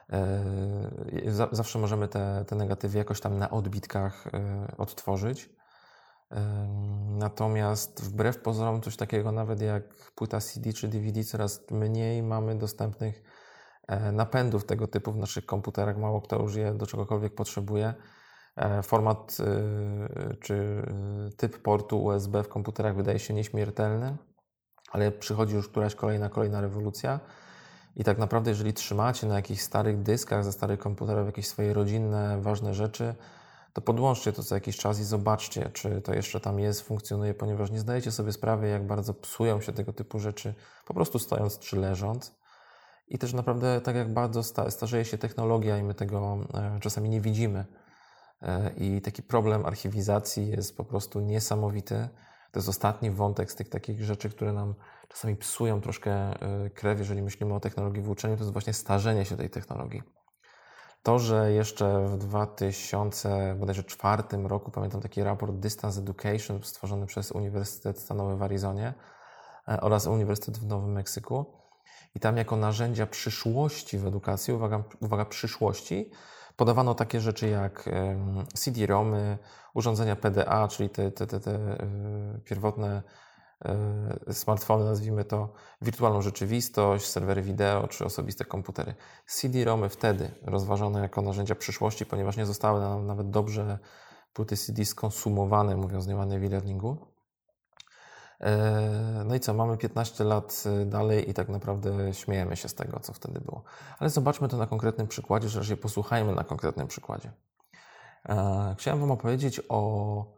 zawsze możemy te, te negatywy jakoś tam na odbitkach odtworzyć. Natomiast wbrew pozorom coś takiego nawet jak płyta C D czy D V D coraz mniej mamy dostępnych napędów tego typu w naszych komputerach. Mało kto już je do czegokolwiek potrzebuje. Format czy typ portu U S B w komputerach wydaje się nieśmiertelny, ale przychodzi już któraś kolejna, kolejna rewolucja I tak naprawdę, jeżeli trzymacie na jakichś starych dyskach, ze starych komputerów jakieś swoje rodzinne, ważne rzeczy, to podłączcie to co jakiś czas i zobaczcie, czy to jeszcze tam jest, funkcjonuje, ponieważ nie zdajecie sobie sprawy, jak bardzo psują się tego typu rzeczy, po prostu stojąc czy leżąc. I też naprawdę tak jak bardzo sta- starzeje się technologia i my tego e, czasami nie widzimy. E, I taki problem archiwizacji jest po prostu niesamowity. To jest ostatni wątek z tych takich rzeczy, które nam czasami psują troszkę e, krew, jeżeli myślimy o technologii w uczeniu, to jest właśnie starzenie się tej technologii. To, że jeszcze w dwa tysiące czwartym roku, pamiętam taki raport Distance Education stworzony przez Uniwersytet Stanowy w Arizonie e, oraz Uniwersytet w Nowym Meksyku, i tam jako narzędzia przyszłości w edukacji, uwaga, uwaga przyszłości, podawano takie rzeczy jak C D-romy, urządzenia P D A, czyli te, te, te, te pierwotne smartfony, nazwijmy to, wirtualną rzeczywistość, serwery wideo czy osobiste komputery. C D-romy wtedy rozważano jako narzędzia przyszłości, ponieważ nie zostały nam nawet dobrze płyty C D skonsumowane, mówiąc nieładnie w e-learningu. No i co, mamy piętnaście lat dalej i tak naprawdę śmiejemy się z tego, co wtedy było. Ale zobaczmy to na konkretnym przykładzie, że raczej posłuchajmy na konkretnym przykładzie. Chciałem Wam opowiedzieć o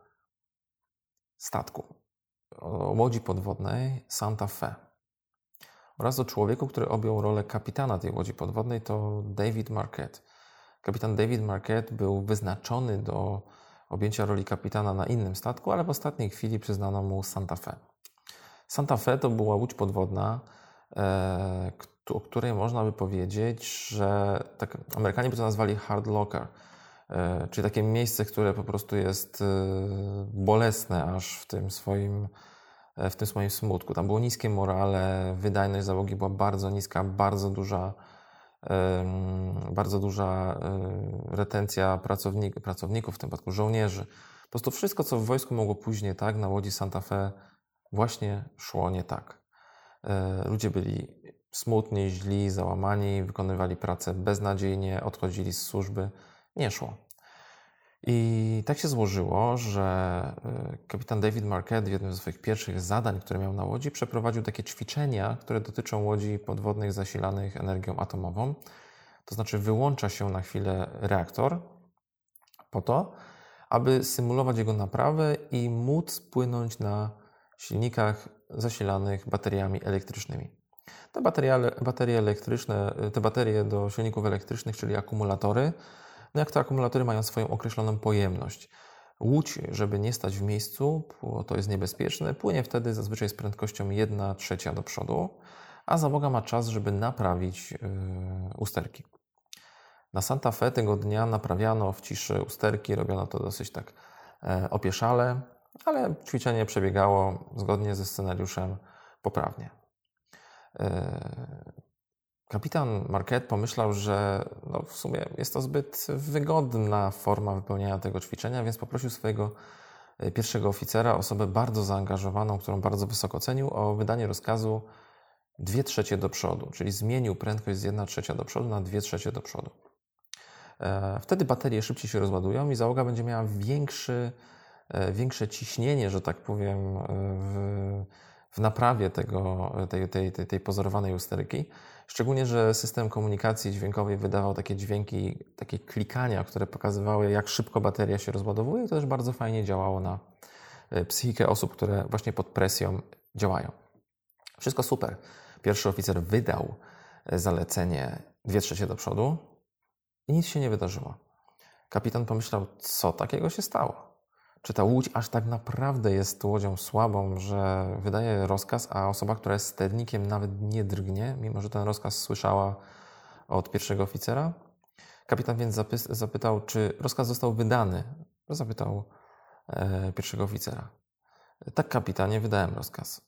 statku, o łodzi podwodnej Santa Fe oraz o człowieku, który objął rolę kapitana tej łodzi podwodnej, to David Marquette. Kapitan David Marquette był wyznaczony do objęcia roli kapitana na innym statku, ale w ostatniej chwili przyznano mu Santa Fe. Santa Fe to była łódź podwodna, e, o której można by powiedzieć, że tak Amerykanie by to nazwali hard locker, e, czyli takie miejsce, które po prostu jest e, bolesne aż w tym swoim, e, w tym swoim smutku. Tam było niskie morale, wydajność załogi była bardzo niska, bardzo duża, e, bardzo duża e, retencja pracownik, pracowników, w tym przypadku żołnierzy. Po prostu wszystko, co w wojsku mogło pójść nie tak, na łodzi Santa Fe właśnie szło nie tak. Ludzie byli smutni, źli, załamani, wykonywali pracę beznadziejnie, odchodzili z służby. Nie szło. I tak się złożyło, że kapitan David Marquette w jednym ze swoich pierwszych zadań, które miał na łodzi, przeprowadził takie ćwiczenia, które dotyczą łodzi podwodnych zasilanych energią atomową. To znaczy wyłącza się na chwilę reaktor po to, aby symulować jego naprawę i móc płynąć na silnikach zasilanych bateriami elektrycznymi. Te baterie, baterie elektryczne, te baterie do silników elektrycznych, czyli akumulatory, no jak te akumulatory mają swoją określoną pojemność. Łódź, żeby nie stać w miejscu, bo to jest niebezpieczne, płynie wtedy zazwyczaj z prędkością jedna trzecia do przodu, a załoga ma czas, żeby naprawić yy, usterki. Na Santa Fe tego dnia naprawiano w ciszy usterki, robiono to dosyć tak e, opieszale, ale ćwiczenie przebiegało zgodnie ze scenariuszem poprawnie. Kapitan Marquette pomyślał, że no w sumie jest to zbyt wygodna forma wypełniania tego ćwiczenia, więc poprosił swojego pierwszego oficera, osobę bardzo zaangażowaną, którą bardzo wysoko cenił, o wydanie rozkazu dwie trzecie do przodu, czyli zmienił prędkość z jedna trzecia do przodu na dwie trzecie do przodu. Wtedy baterie szybciej się rozładują i załoga będzie miała większy większe ciśnienie, że tak powiem, w, w naprawie tego, tej, tej, tej, tej pozorowanej usterki. Szczególnie, że system komunikacji dźwiękowej wydawał takie dźwięki, takie klikania, które pokazywały, jak szybko bateria się rozładowuje i to też bardzo fajnie działało na psychikę osób, które właśnie pod presją działają. Wszystko super. Pierwszy oficer wydał zalecenie dwie trzecie do przodu i nic się nie wydarzyło. Kapitan pomyślał, co takiego się stało? Czy ta łódź aż tak naprawdę jest łodzią słabą, że wydaje rozkaz, a osoba, która jest sternikiem, nawet nie drgnie, mimo że ten rozkaz słyszała od pierwszego oficera? Kapitan więc zapy- zapytał, czy rozkaz został wydany. Zapytał e, pierwszego oficera. Tak, kapitanie, wydałem rozkaz.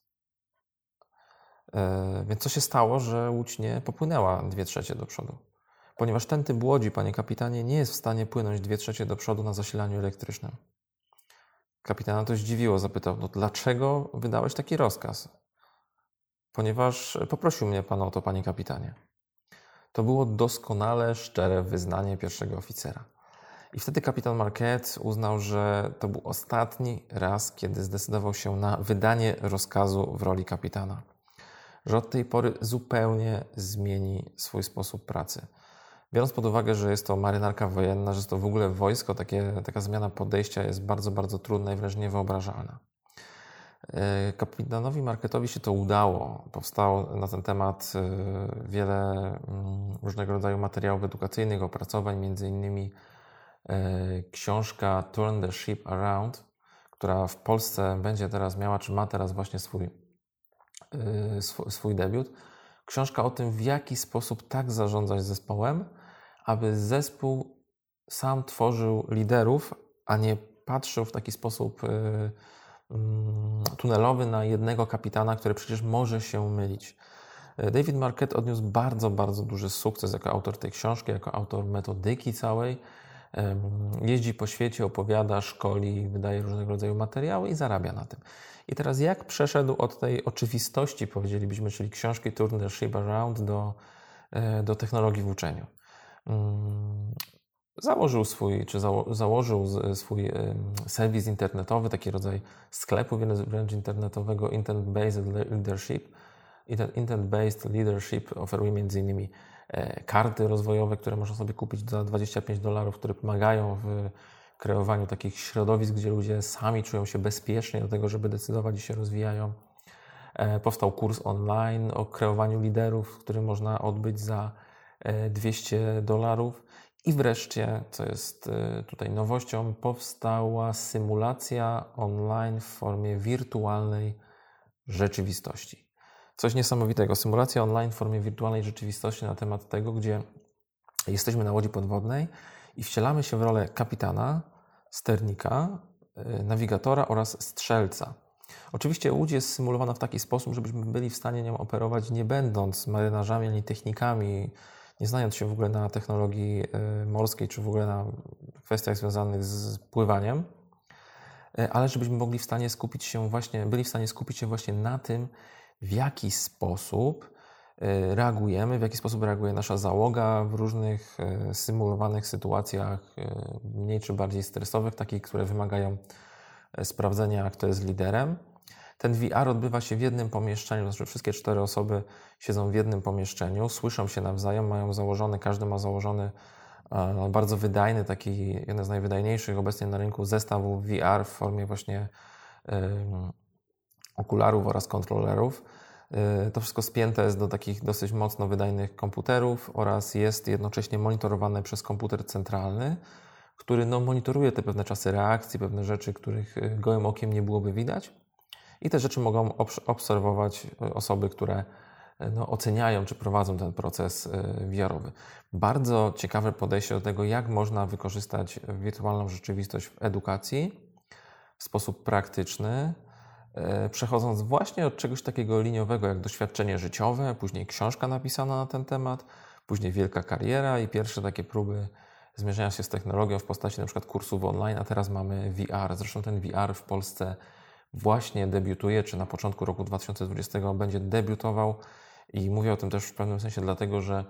E, więc co się stało, że łódź nie popłynęła dwie trzecie do przodu? Ponieważ ten typ łodzi, panie kapitanie, nie jest w stanie płynąć dwie trzecie do przodu na zasilaniu elektrycznym. Kapitana to zdziwiło, zapytał, no dlaczego wydałeś taki rozkaz? Ponieważ poprosił mnie pan o to, panie kapitanie. To było doskonale szczere wyznanie pierwszego oficera. I wtedy kapitan Marquette uznał, że to był ostatni raz, kiedy zdecydował się na wydanie rozkazu w roli kapitana. że od tej pory zupełnie zmieni swój sposób pracy. Biorąc pod uwagę, że jest to marynarka wojenna, że jest to w ogóle wojsko, takie, taka zmiana podejścia jest bardzo, bardzo trudna i wręcz niewyobrażalna. Kapitanowi Marketowi się to udało. Powstało na ten temat wiele różnego rodzaju materiałów edukacyjnych, opracowań, między innymi książka Turn the Ship Around, która w Polsce będzie teraz miała, czy ma teraz właśnie swój, swój debiut. Książka o tym, w jaki sposób tak zarządzać zespołem, aby zespół sam tworzył liderów, a nie patrzył w taki sposób tunelowy na jednego kapitana, który przecież może się mylić. David Marquet odniósł bardzo, bardzo duży sukces jako autor tej książki, jako autor metodyki całej. Jeździ po świecie, opowiada, szkoli, wydaje różnego rodzaju materiały i zarabia na tym. I teraz jak przeszedł od tej oczywistości, powiedzielibyśmy, czyli książki Turn the Ship Around do, do technologii w uczeniu? Założył swój, czy zało, założył swój serwis internetowy, taki rodzaj sklepu wręcz internetowego, Intent-Based Leadership. I ten Intent-Based Leadership oferuje między innymi karty rozwojowe, które można sobie kupić za dwadzieścia pięć dolarów, które pomagają w kreowaniu takich środowisk, gdzie ludzie sami czują się bezpiecznie do tego, żeby decydować i się rozwijają. Powstał kurs online o kreowaniu liderów, który można odbyć za dwieście dolarów. I wreszcie, co jest tutaj nowością, powstała symulacja online w formie wirtualnej rzeczywistości. Coś niesamowitego. Symulacja online w formie wirtualnej rzeczywistości na temat tego, gdzie jesteśmy na łodzi podwodnej i wcielamy się w rolę kapitana, sternika, nawigatora oraz strzelca. Oczywiście łódź jest symulowana w taki sposób, żebyśmy byli w stanie nią operować, nie będąc marynarzami ani technikami, nie znając się w ogóle na technologii morskiej, czy w ogóle na kwestiach związanych z pływaniem, ale żebyśmy mogli w stanie skupić się właśnie, byli w stanie skupić się właśnie na tym, w jaki sposób reagujemy, w jaki sposób reaguje nasza załoga w różnych symulowanych sytuacjach, mniej czy bardziej stresowych, takich, które wymagają sprawdzenia, kto jest liderem. Ten V R odbywa się w jednym pomieszczeniu, to znaczy wszystkie cztery osoby siedzą w jednym pomieszczeniu, słyszą się nawzajem, mają założony, każdy ma założony no, bardzo wydajny, taki jeden z najwydajniejszych obecnie na rynku zestawów V R w formie właśnie y, okularów oraz kontrolerów. Y, to wszystko spięte jest do takich dosyć mocno wydajnych komputerów oraz jest jednocześnie monitorowane przez komputer centralny, który no, monitoruje te pewne czasy reakcji, pewne rzeczy, których gołym okiem nie byłoby widać. I te rzeczy mogą obserwować osoby, które no, oceniają czy prowadzą ten proces V R-owy. Bardzo ciekawe podejście do tego, jak można wykorzystać wirtualną rzeczywistość w edukacji w sposób praktyczny, przechodząc właśnie od czegoś takiego liniowego jak doświadczenie życiowe, później książka napisana na ten temat, później wielka kariera i pierwsze takie próby zmierzenia się z technologią w postaci na przykład kursów online, a teraz mamy V R. Zresztą ten V R w Polsce właśnie debiutuje, czy na początku roku dwa tysiące dwudziestego będzie debiutował i mówię o tym też w pewnym sensie dlatego, że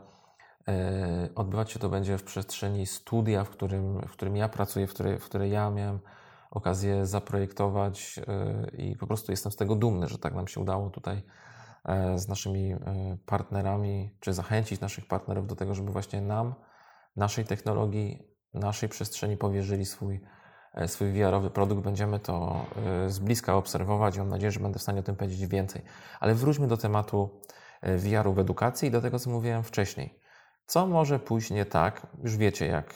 e, odbywać się to będzie w przestrzeni studia, w którym, w którym ja pracuję, w której, w której ja miałem okazję zaprojektować e, i po prostu jestem z tego dumny, że tak nam się udało tutaj e, z naszymi e, partnerami, czy zachęcić naszych partnerów do tego, żeby właśnie nam, naszej technologii, naszej przestrzeni powierzyli swój swój V R-owy produkt. Będziemy to z bliska obserwować i mam nadzieję, że będę w stanie o tym powiedzieć więcej. Ale wróćmy do tematu V R-u w edukacji i do tego, co mówiłem wcześniej. Co może pójść nie tak? Już wiecie, jak,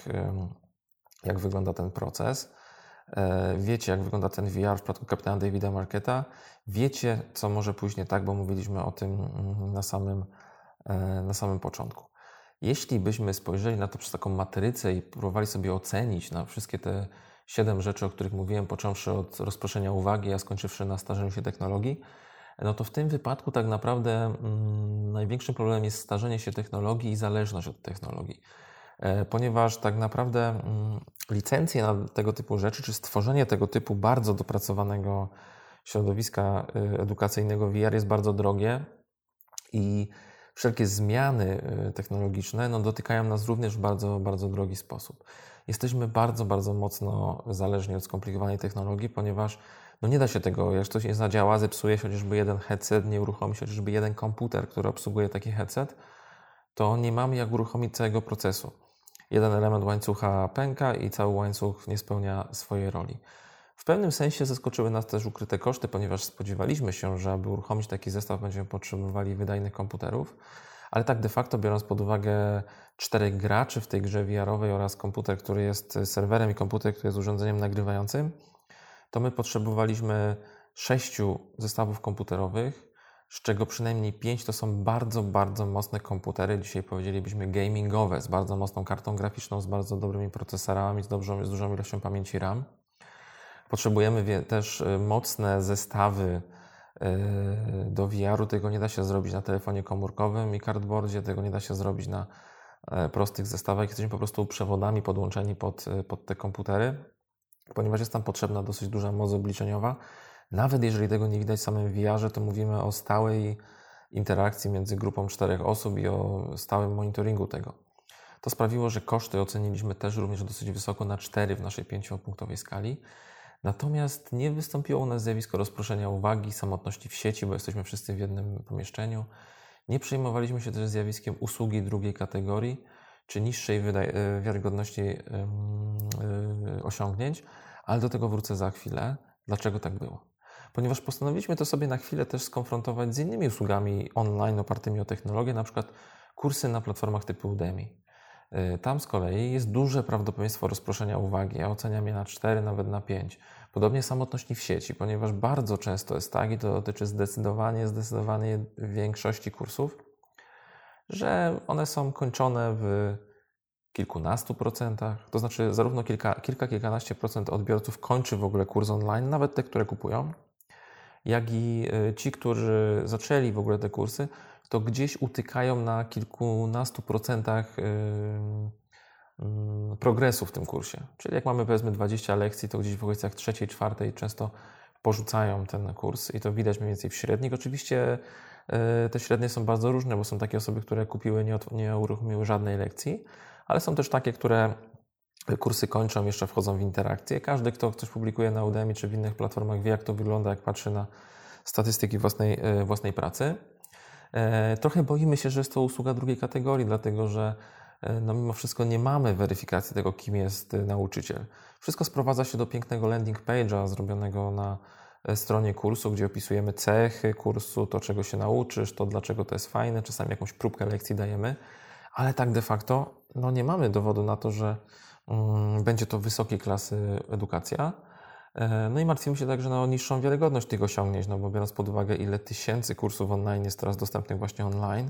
jak wygląda ten proces. Wiecie, jak wygląda ten V R w przypadku kapitana Davida Marketa. Wiecie, co może pójść nie tak, bo mówiliśmy o tym na samym, na samym początku. Jeśli byśmy spojrzeli na to przez taką matrycę i próbowali sobie ocenić na wszystkie te siedem rzeczy, o których mówiłem, począwszy od rozproszenia uwagi, a skończywszy na starzeniu się technologii, no to w tym wypadku tak naprawdę mm, największym problemem jest starzenie się technologii i zależność od technologii. E, ponieważ tak naprawdę mm, licencje na tego typu rzeczy, czy stworzenie tego typu bardzo dopracowanego środowiska y, edukacyjnego V R jest bardzo drogie i wszelkie zmiany technologiczne no, dotykają nas również w bardzo, bardzo drogi sposób. Jesteśmy bardzo, bardzo mocno zależni od skomplikowanej technologii, ponieważ No nie da się tego, jak coś nie zadziała, zepsuje się chociażby jeden headset, nie uruchomi się chociażby jeden komputer, który obsługuje taki headset, to nie mamy jak uruchomić całego procesu. Jeden element łańcucha pęka i cały łańcuch nie spełnia swojej roli. W pewnym sensie zaskoczyły nas też ukryte koszty, ponieważ spodziewaliśmy się, że aby uruchomić taki zestaw będziemy potrzebowali wydajnych komputerów, ale tak de facto biorąc pod uwagę czterech graczy w tej grze V R-owej oraz komputer, który jest serwerem i komputer, który jest urządzeniem nagrywającym, to my potrzebowaliśmy sześciu zestawów komputerowych, z czego przynajmniej pięć to są bardzo, bardzo mocne komputery, dzisiaj powiedzielibyśmy gamingowe, z bardzo mocną kartą graficzną, z bardzo dobrymi procesorami, z, dobrą, z dużą ilością pamięci RAM. Potrzebujemy też mocne zestawy do V R-u, tego nie da się zrobić na telefonie komórkowym i cardboardzie, tego nie da się zrobić na prostych zestawach. Jesteśmy po prostu przewodami podłączeni pod, pod te komputery, ponieważ jest tam potrzebna dosyć duża moc obliczeniowa. Nawet jeżeli tego nie widać w samym V R-ze, to mówimy o stałej interakcji między grupą czterech osób i o stałym monitoringu tego. To sprawiło, że koszty oceniliśmy też również dosyć wysoko na cztery w naszej pięciopunktowej skali. Natomiast nie wystąpiło u nas zjawisko rozproszenia uwagi, samotności w sieci, bo jesteśmy wszyscy w jednym pomieszczeniu. Nie przejmowaliśmy się też zjawiskiem usługi drugiej kategorii, czy niższej wiarygodności yy, yy, osiągnięć, ale do tego wrócę za chwilę. Dlaczego tak było? Ponieważ postanowiliśmy to sobie na chwilę też skonfrontować z innymi usługami online opartymi o technologię, na przykład kursy na platformach typu Udemy. Tam z kolei jest duże prawdopodobieństwo rozproszenia uwagi. Ja oceniam je na cztery, nawet na pięć. Podobnie samotności w sieci, ponieważ bardzo często jest tak, i to dotyczy zdecydowanie, zdecydowanie większości kursów, że one są kończone w kilkunastu procentach. To znaczy zarówno kilka, kilka, kilkanaście procent odbiorców kończy w ogóle kurs online, nawet te, które kupują, jak i ci, którzy zaczęli w ogóle te kursy, to gdzieś utykają na kilkunastu procentach progresu w tym kursie. Czyli jak mamy powiedzmy dwadzieścia lekcji, to gdzieś w okolicach trzeciej, czwartej często porzucają ten kurs i to widać mniej więcej w średnich. Oczywiście te średnie są bardzo różne, bo są takie osoby, które kupiły, nie, nie uruchomiły żadnej lekcji, ale są też takie, które kursy kończą, jeszcze wchodzą w interakcję. Każdy, kto coś publikuje na Udemy czy w innych platformach, wie, jak to wygląda, jak patrzy na statystyki własnej, własnej pracy. Trochę boimy się, że jest to usługa drugiej kategorii, dlatego że no mimo wszystko nie mamy weryfikacji tego, kim jest nauczyciel. Wszystko sprowadza się do pięknego landing page'a zrobionego na stronie kursu, gdzie opisujemy cechy kursu, to czego się nauczysz, to dlaczego to jest fajne, czasami jakąś próbkę lekcji dajemy, ale tak de facto no nie mamy dowodu na to, że um, będzie to wysokiej klasy edukacja. No i martwimy się także o niższą wiarygodność tych osiągnięć, no bo biorąc pod uwagę, ile tysięcy kursów online jest teraz dostępnych właśnie online,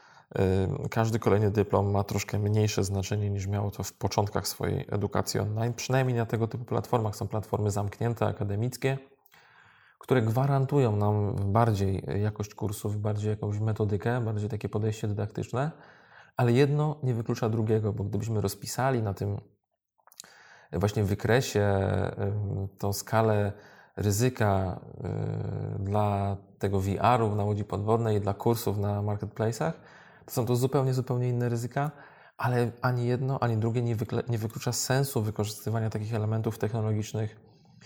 każdy kolejny dyplom ma troszkę mniejsze znaczenie niż miało to w początkach swojej edukacji online. Przynajmniej na tego typu platformach są platformy zamknięte, akademickie, które gwarantują nam bardziej jakość kursów, bardziej jakąś metodykę, bardziej takie podejście dydaktyczne, ale jedno nie wyklucza drugiego, bo gdybyśmy rozpisali na tym właśnie wykresie tą skalę ryzyka dla tego V R-u na łodzi podwodnej i dla kursów na marketplace'ach, to są to zupełnie, zupełnie inne ryzyka, ale ani jedno, ani drugie nie, wykle- nie wyklucza sensu wykorzystywania takich elementów technologicznych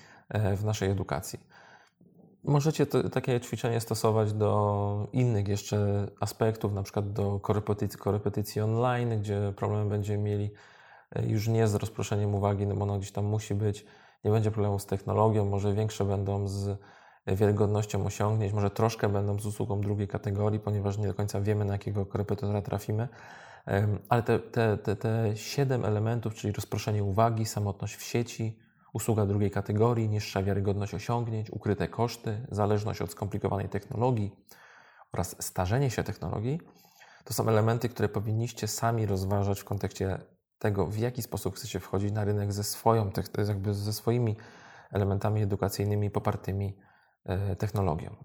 w naszej edukacji. Możecie to, takie ćwiczenie stosować do innych jeszcze aspektów, na przykład do korepetycji, korepetycji online, gdzie problemy będziemy mieli już nie z rozproszeniem uwagi, no bo ono gdzieś tam musi być, nie będzie problemu z technologią, może większe będą z wiarygodnością osiągnięć, może troszkę będą z usługą drugiej kategorii, ponieważ nie do końca wiemy, na jakiego korepetytora trafimy, ale te, te, te, te siedem elementów, czyli rozproszenie uwagi, samotność w sieci, usługa drugiej kategorii, niższa wiarygodność osiągnięć, ukryte koszty, zależność od skomplikowanej technologii oraz starzenie się technologii, to są elementy, które powinniście sami rozważać w kontekście tego, w jaki sposób chcecie wchodzić na rynek ze swoją, jakby ze swoimi elementami edukacyjnymi popartymi technologią.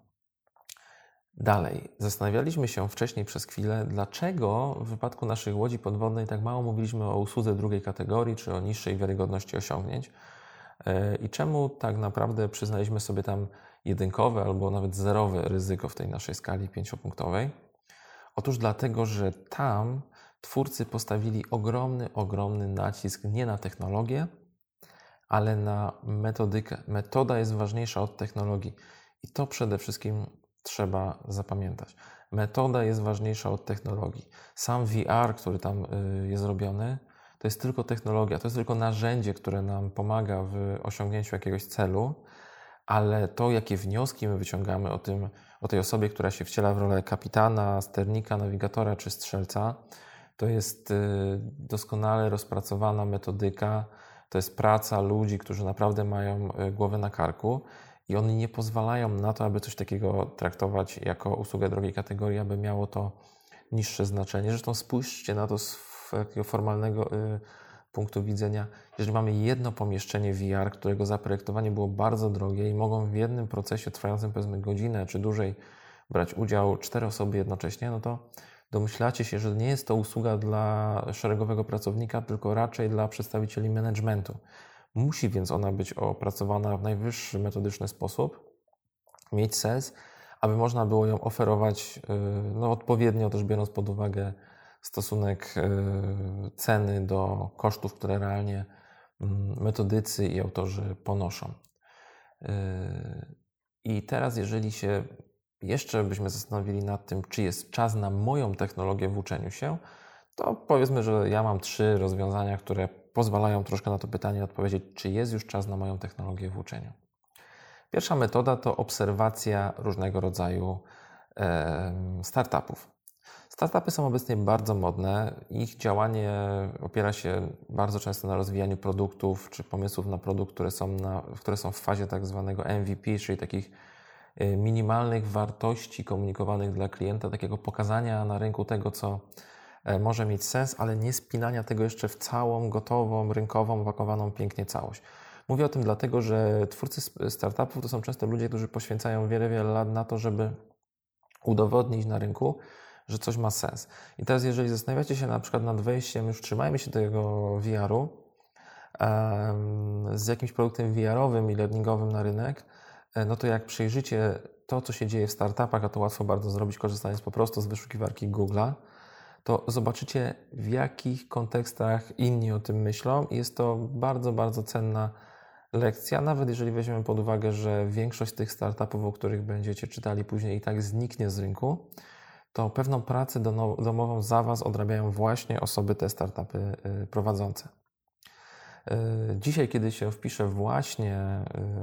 Dalej, zastanawialiśmy się wcześniej przez chwilę, dlaczego w wypadku naszych łodzi podwodnej tak mało mówiliśmy o usłudze drugiej kategorii, czy o niższej wiarygodności osiągnięć i czemu tak naprawdę przyznaliśmy sobie tam jedynkowe albo nawet zerowe ryzyko w tej naszej skali pięciopunktowej. Otóż dlatego, że tam twórcy postawili ogromny, ogromny nacisk nie na technologię, ale na metodykę. Metoda jest ważniejsza od technologii i to przede wszystkim trzeba zapamiętać. Metoda jest ważniejsza od technologii. Sam V R, który tam jest robiony, to jest tylko technologia, to jest tylko narzędzie, które nam pomaga w osiągnięciu jakiegoś celu, ale to, jakie wnioski my wyciągamy o tym, o tej osobie, która się wciela w rolę kapitana, sternika, nawigatora czy strzelca, to jest doskonale rozpracowana metodyka, to jest praca ludzi, którzy naprawdę mają głowę na karku i oni nie pozwalają na to, aby coś takiego traktować jako usługę drogiej kategorii, aby miało to niższe znaczenie. Zresztą spójrzcie na to z takiego formalnego y, punktu widzenia. Jeżeli mamy jedno pomieszczenie V R, którego zaprojektowanie było bardzo drogie i mogą w jednym procesie trwającym powiedzmy godzinę czy dłużej brać udział cztery osoby jednocześnie, no to domyślacie się, że nie jest to usługa dla szeregowego pracownika, tylko raczej dla przedstawicieli managementu. Musi więc ona być opracowana w najwyższy metodyczny sposób, mieć sens, aby można było ją oferować no, odpowiednio, też biorąc pod uwagę stosunek ceny do kosztów, które realnie metodycy i autorzy ponoszą. I teraz, jeżeli się jeszcze byśmy zastanowili nad tym, czy jest czas na moją technologię w uczeniu się, to powiedzmy, że ja mam trzy rozwiązania, które pozwalają troszkę na to pytanie odpowiedzieć, czy jest już czas na moją technologię w uczeniu. Pierwsza metoda to obserwacja różnego rodzaju e, startupów. Startupy są obecnie bardzo modne. Ich działanie opiera się bardzo często na rozwijaniu produktów czy pomysłów na produkt, które są, na, które są w fazie tak zwanego M V P, czyli takich minimalnych wartości komunikowanych dla klienta, takiego pokazania na rynku tego, co może mieć sens, ale nie spinania tego jeszcze w całą, gotową, rynkową, opakowaną pięknie całość. Mówię o tym dlatego, że twórcy startupów to są często ludzie, którzy poświęcają wiele, wiele lat na to, żeby udowodnić na rynku, że coś ma sens. I teraz jeżeli zastanawiacie się na przykład nad wejściem, już trzymajmy się tego V R u, z jakimś produktem V R owym i learningowym na rynek, no to jak przejrzycie to, co się dzieje w startupach, a to łatwo bardzo zrobić, korzystając po prostu z wyszukiwarki Google'a, to zobaczycie, w jakich kontekstach inni o tym myślą i jest to bardzo, bardzo cenna lekcja, nawet jeżeli weźmiemy pod uwagę, że większość tych startupów, o których będziecie czytali później i tak zniknie z rynku, to pewną pracę domową za Was odrabiają właśnie osoby te startupy prowadzące. Dzisiaj, kiedy się wpisze właśnie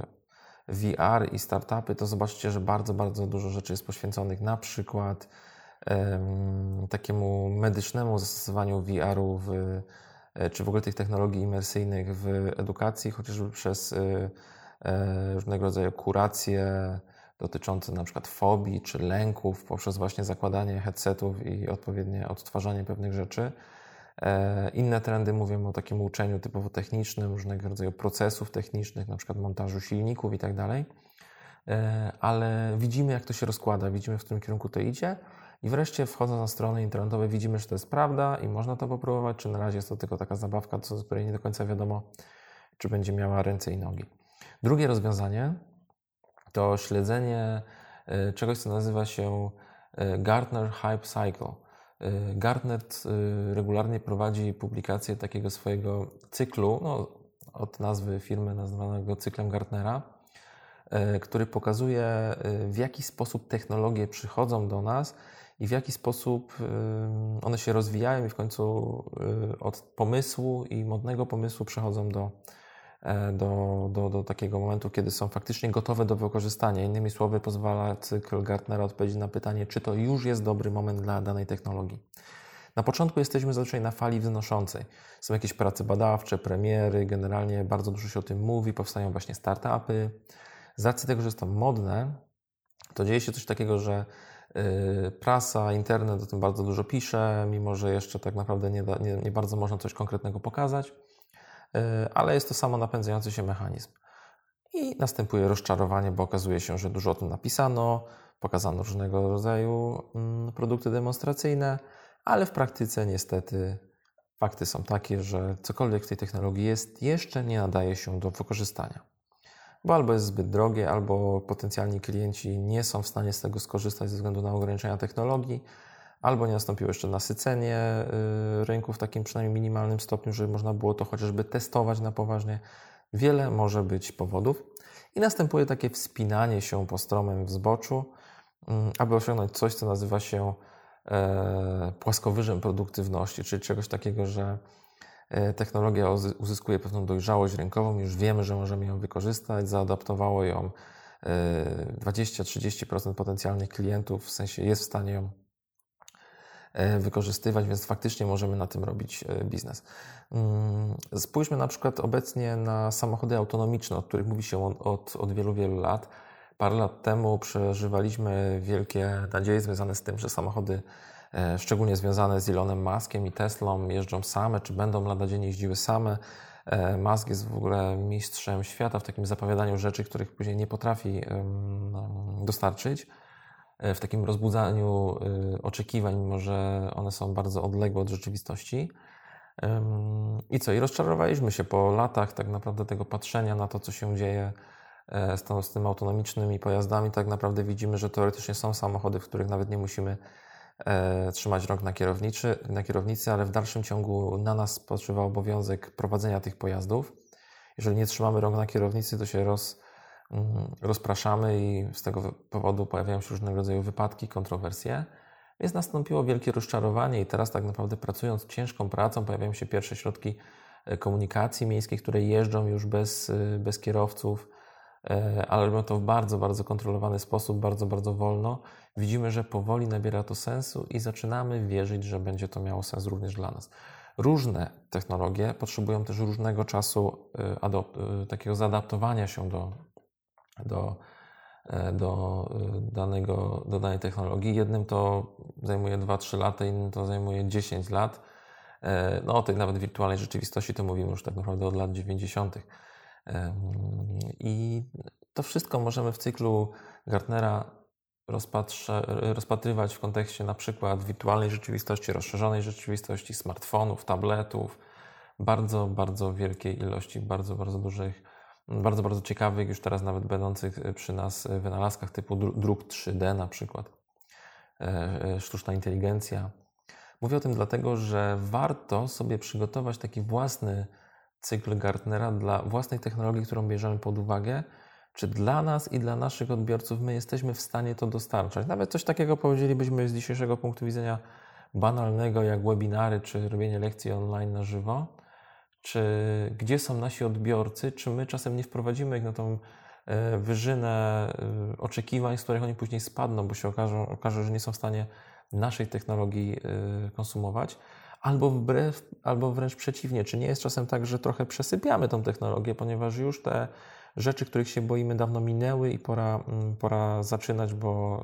V R i startupy, to zobaczycie, że bardzo, bardzo dużo rzeczy jest poświęconych na przykład um, takiemu medycznemu zastosowaniu V R u w, czy w ogóle tych technologii imersyjnych w edukacji, chociażby przez y, y, różnego rodzaju kuracje dotyczące na przykład fobii czy lęków poprzez właśnie zakładanie headsetów i odpowiednie odtwarzanie pewnych rzeczy. Inne trendy mówią o takim uczeniu typowo technicznym, różnego rodzaju procesów technicznych, na przykład montażu silników i tak dalej. Ale widzimy, jak to się rozkłada, widzimy, w którym kierunku to idzie i wreszcie wchodząc na strony internetowe widzimy, że to jest prawda i można to popróbować, czy na razie jest to tylko taka zabawka, co, z której nie do końca wiadomo, czy będzie miała ręce i nogi. Drugie rozwiązanie to śledzenie czegoś, co nazywa się Gartner Hype Cycle. Gartner regularnie prowadzi publikację takiego swojego cyklu, no, od nazwy firmy nazwanego cyklem Gartnera, który pokazuje, w jaki sposób technologie przychodzą do nas i w jaki sposób one się rozwijają i w końcu od pomysłu i modnego pomysłu przechodzą do, do, do, do takiego momentu, kiedy są faktycznie gotowe do wykorzystania. Innymi słowy, pozwala cykl Gartnera odpowiedzieć na pytanie, czy to już jest dobry moment dla danej technologii. Na początku jesteśmy zazwyczaj na fali wznoszącej. Są jakieś prace badawcze, premiery, generalnie bardzo dużo się o tym mówi, powstają właśnie startupy. Z racji tego, że jest to modne, to dzieje się coś takiego, że yy, prasa, internet o tym bardzo dużo pisze, mimo że jeszcze tak naprawdę nie, da, nie, nie bardzo można coś konkretnego pokazać, yy, ale jest to samo napędzający się mechanizm. I następuje rozczarowanie, bo okazuje się, że dużo o tym napisano, pokazano różnego rodzaju yy, produkty demonstracyjne, ale w praktyce niestety fakty są takie, że cokolwiek w tej technologii jest, jeszcze nie nadaje się do wykorzystania. Bo albo jest zbyt drogie, albo potencjalni klienci nie są w stanie z tego skorzystać ze względu na ograniczenia technologii, albo nie nastąpiło jeszcze nasycenie rynku w takim przynajmniej minimalnym stopniu, żeby można było to chociażby testować na poważnie. Wiele może być powodów i następuje takie wspinanie się po stromym wzboczu, aby osiągnąć coś, co nazywa się płaskowyżem produktywności, czyli czegoś takiego, że technologia uzyskuje pewną dojrzałość rynkową, już wiemy, że możemy ją wykorzystać, zaadaptowało ją dwadzieścia do trzydziestu procent potencjalnych klientów, w sensie jest w stanie ją wykorzystywać, więc faktycznie możemy na tym robić biznes. Spójrzmy na przykład obecnie na samochody autonomiczne, o których mówi się od, od wielu, wielu lat. Parę lat temu przeżywaliśmy wielkie nadzieje związane z tym, że samochody, szczególnie związane z Elonem Muskiem i Teslą, jeżdżą same, czy będą lada dzień jeździły same. Musk jest w ogóle mistrzem świata w takim zapowiadaniu rzeczy, których później nie potrafi dostarczyć, w takim rozbudzaniu oczekiwań, mimo że one są bardzo odległe od rzeczywistości. I co? I rozczarowaliśmy się po latach tak naprawdę tego patrzenia na to, co się dzieje z, tą, z tym autonomicznymi pojazdami. Tak naprawdę widzimy, że teoretycznie są samochody, w których nawet nie musimy e, trzymać rąk na, kierowniczy, na kierownicy, ale w dalszym ciągu na nas spoczywa obowiązek prowadzenia tych pojazdów. Jeżeli nie trzymamy rąk na kierownicy, to się roz, mm, rozpraszamy i z tego powodu pojawiają się różnego rodzaju wypadki, kontrowersje. Więc nastąpiło wielkie rozczarowanie i teraz tak naprawdę pracując ciężką pracą pojawiają się pierwsze środki komunikacji miejskiej, które jeżdżą już bez, bez kierowców, ale robią to w bardzo, bardzo kontrolowany sposób, bardzo, bardzo wolno. Widzimy, że powoli nabiera to sensu i zaczynamy wierzyć, że będzie to miało sens również dla nas. Różne technologie potrzebują też różnego czasu takiego zaadaptowania się do, do, do, danego, do danej technologii. Jednym to zajmuje dwa trzy lata, innym to zajmuje dziesięć lat. No o tej nawet wirtualnej rzeczywistości to mówimy już tak naprawdę od lat dziewięćdziesiątych. I to wszystko możemy w cyklu Gartnera rozpatrywać w kontekście na przykład wirtualnej rzeczywistości, rozszerzonej rzeczywistości, smartfonów, tabletów, bardzo, bardzo wielkiej ilości, bardzo, bardzo dużych, bardzo, bardzo ciekawych, już teraz nawet będących przy nas wynalazkach typu druk trzy D na przykład, sztuczna inteligencja. Mówię o tym dlatego, że warto sobie przygotować taki własny cykl Gartnera dla własnej technologii, którą bierzemy pod uwagę, czy dla nas i dla naszych odbiorców my jesteśmy w stanie to dostarczać. Nawet coś takiego powiedzielibyśmy z dzisiejszego punktu widzenia banalnego, jak webinary, czy robienie lekcji online na żywo, czy gdzie są nasi odbiorcy, czy my czasem nie wprowadzimy ich na tą wyżynę oczekiwań, z których oni później spadną, bo się okażą, okaże, że nie są w stanie naszej technologii konsumować. Albo, wbrew, albo wręcz przeciwnie, czy nie jest czasem tak, że trochę przesypiamy tą technologię, ponieważ już te rzeczy, których się boimy, dawno minęły i pora, pora zaczynać, bo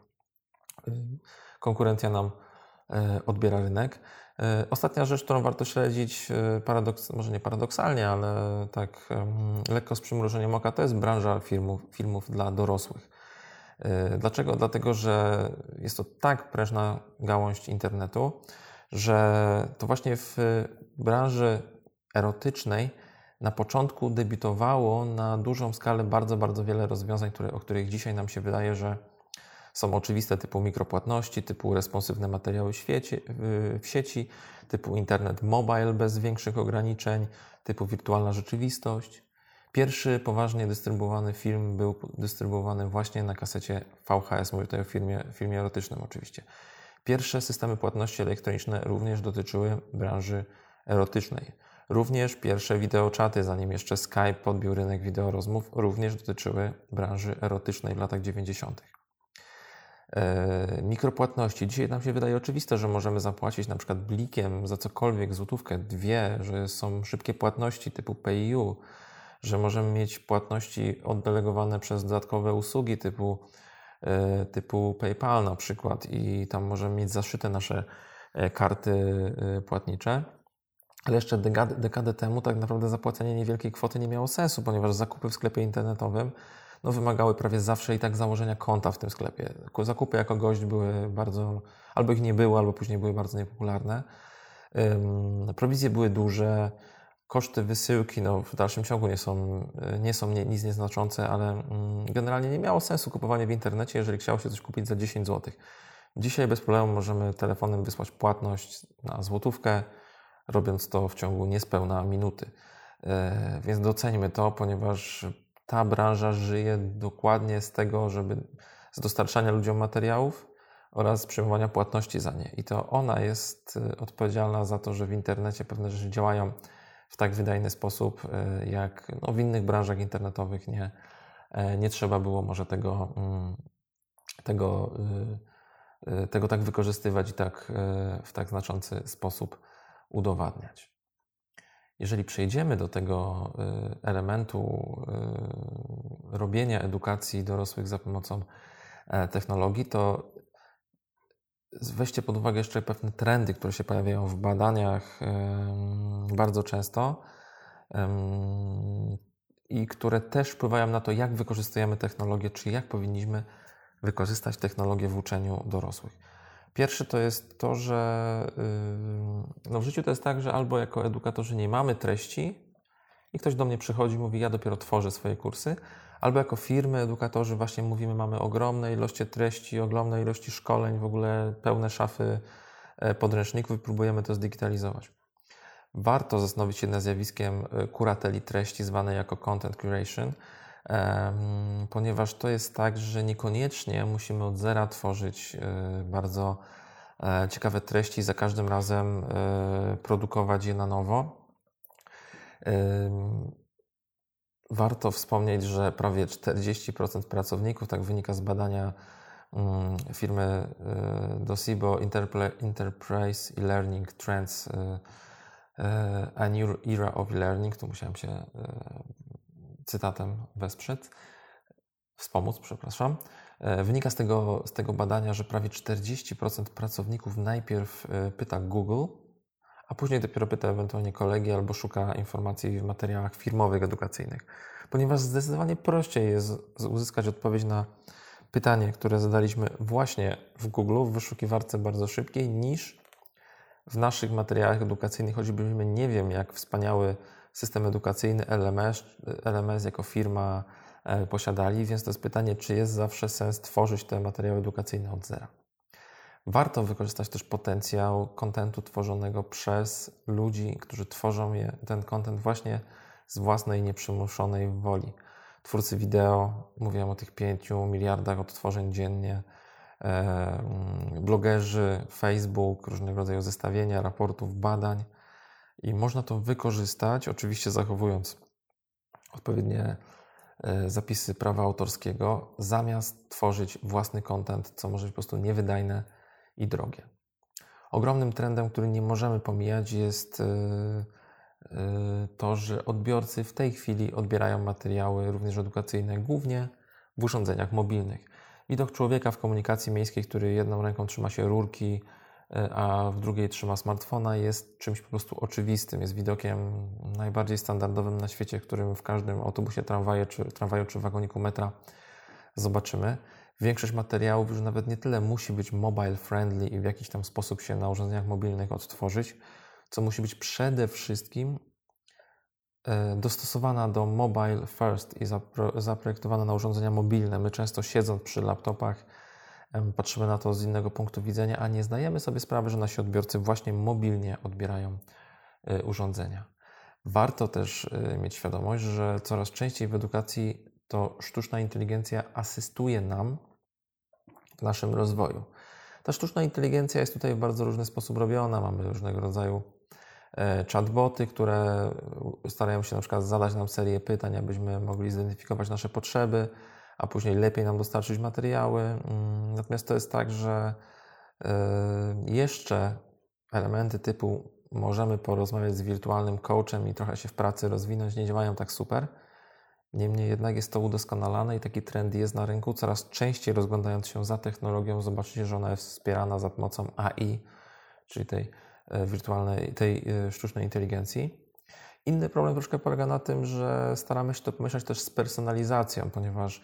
konkurencja nam odbiera rynek. Ostatnia rzecz, którą warto śledzić, paradoks, może nie paradoksalnie, ale tak lekko z przymrużeniem oka, to jest branża filmów, filmów dla dorosłych. Dlaczego? Dlatego, że jest to tak prężna gałąź internetu, że to właśnie w branży erotycznej na początku debiutowało na dużą skalę bardzo, bardzo wiele rozwiązań, które, o których dzisiaj nam się wydaje, że są oczywiste, typu mikropłatności, typu responsywne materiały w sieci, w sieci, typu internet mobile bez większych ograniczeń, typu wirtualna rzeczywistość. Pierwszy poważnie dystrybuowany film był dystrybuowany właśnie na kasecie V H S, mówię tutaj o filmie, filmie erotycznym oczywiście. Pierwsze systemy płatności elektroniczne również dotyczyły branży erotycznej. Również pierwsze wideoczaty, zanim jeszcze Skype podbił rynek wideorozmów, również dotyczyły branży erotycznej w latach dziewięćdziesiątych. E, mikropłatności. Dzisiaj nam się wydaje oczywiste, że możemy zapłacić na przykład blikiem za cokolwiek, złotówkę, dwie, że są szybkie płatności typu PayU, że możemy mieć płatności oddelegowane przez dodatkowe usługi typu typu PayPal na przykład i tam możemy mieć zaszyte nasze karty płatnicze. Ale jeszcze dekadę, dekadę temu tak naprawdę zapłacenie niewielkiej kwoty nie miało sensu, ponieważ zakupy w sklepie internetowym no, wymagały prawie zawsze i tak założenia konta w tym sklepie. Zakupy jako gość były bardzo, albo ich nie było, albo później były bardzo niepopularne. Prowizje były duże, koszty wysyłki no, w dalszym ciągu nie są, nie są nie, nic nieznaczące, ale generalnie nie miało sensu kupowanie w internecie, jeżeli chciało się coś kupić za dziesięć złotych. Dzisiaj bez problemu możemy telefonem wysłać płatność na złotówkę, robiąc to w ciągu niespełna minuty. Więc doceńmy to, ponieważ ta branża żyje dokładnie z tego, żeby z dostarczania ludziom materiałów oraz przyjmowania płatności za nie. I to ona jest odpowiedzialna za to, że w internecie pewne rzeczy działają w tak wydajny sposób, jak no, w innych branżach internetowych nie, nie trzeba było może tego, tego, tego tak wykorzystywać i tak, w tak znaczący sposób udowadniać. Jeżeli przejdziemy do tego elementu robienia edukacji dorosłych za pomocą technologii, to weźcie pod uwagę jeszcze pewne trendy, które się pojawiają w badaniach bardzo często i które też wpływają na to, jak wykorzystujemy technologię, czy jak powinniśmy wykorzystać technologię w uczeniu dorosłych. Pierwszy to jest to, że no w życiu to jest tak, że albo jako edukatorzy nie mamy treści i ktoś do mnie przychodzi i mówi, ja dopiero tworzę swoje kursy, albo jako firmy, edukatorzy właśnie mówimy, mamy ogromne ilości treści, ogromne ilości szkoleń, w ogóle pełne szafy podręczników i próbujemy to zdigitalizować. Warto zastanowić się nad zjawiskiem kurateli treści, zwanej jako content curation, ponieważ to jest tak, że niekoniecznie musimy od zera tworzyć bardzo ciekawe treści, za każdym razem produkować je na nowo. Warto wspomnieć, że prawie czterdzieści procent pracowników, tak wynika z badania firmy Docebo Enterprise e-Learning Trends A New Era of E-Learning, tu musiałem się cytatem wesprzeć, wspomóc, przepraszam. Wynika z tego, z tego badania, że prawie czterdzieści procent pracowników najpierw pyta Google, a później dopiero pyta ewentualnie kolegi albo szuka informacji w materiałach firmowych, edukacyjnych. Ponieważ zdecydowanie prościej jest uzyskać odpowiedź na pytanie, które zadaliśmy właśnie w Google, w wyszukiwarce bardzo szybkiej, niż w naszych materiałach edukacyjnych, choćbyśmy nie wiem, jak wspaniały system edukacyjny L M S, L M S jako firma posiadali, więc to jest pytanie, czy jest zawsze sens tworzyć te materiały edukacyjne od zera. Warto wykorzystać też potencjał kontentu tworzonego przez ludzi, którzy tworzą je, ten kontent właśnie z własnej nieprzymuszonej woli. Twórcy wideo, mówiłem o tych pięciu miliardach odtworzeń dziennie, blogerzy, Facebook, różnego rodzaju zestawienia, raportów, badań i można to wykorzystać, oczywiście zachowując odpowiednie zapisy prawa autorskiego, zamiast tworzyć własny content, co może być po prostu niewydajne i drogie. Ogromnym trendem, który nie możemy pomijać, jest to, że odbiorcy w tej chwili odbierają materiały również edukacyjne głównie w urządzeniach mobilnych. Widok człowieka w komunikacji miejskiej, który jedną ręką trzyma się rurki, a w drugiej trzyma smartfona, jest czymś po prostu oczywistym. Jest widokiem najbardziej standardowym na świecie, którym w każdym autobusie, tramwaju czy, tramwaju, czy wagoniku metra zobaczymy. Większość materiałów już nawet nie tyle musi być mobile friendly i w jakiś tam sposób się na urządzeniach mobilnych odtworzyć, co musi być przede wszystkim dostosowana do mobile first i zaprojektowana na urządzenia mobilne. My często siedząc przy laptopach patrzymy na to z innego punktu widzenia, a nie zdajemy sobie sprawy, że nasi odbiorcy właśnie mobilnie odbierają urządzenia. Warto też mieć świadomość, że coraz częściej w edukacji to sztuczna inteligencja asystuje nam w naszym rozwoju. Ta sztuczna inteligencja jest tutaj w bardzo różny sposób robiona. Mamy różnego rodzaju chatboty, które starają się na przykład zadać nam serię pytań, abyśmy mogli zidentyfikować nasze potrzeby, a później lepiej nam dostarczyć materiały. Natomiast to jest tak, że jeszcze elementy typu możemy porozmawiać z wirtualnym coachem i trochę się w pracy rozwinąć, nie działają tak super. Niemniej jednak jest to udoskonalane i taki trend jest na rynku. Coraz częściej rozglądając się za technologią, zobaczycie, że ona jest wspierana za pomocą A I, czyli tej wirtualnej, tej sztucznej inteligencji. Inny problem troszkę polega na tym, że staramy się to pomyśleć też z personalizacją, ponieważ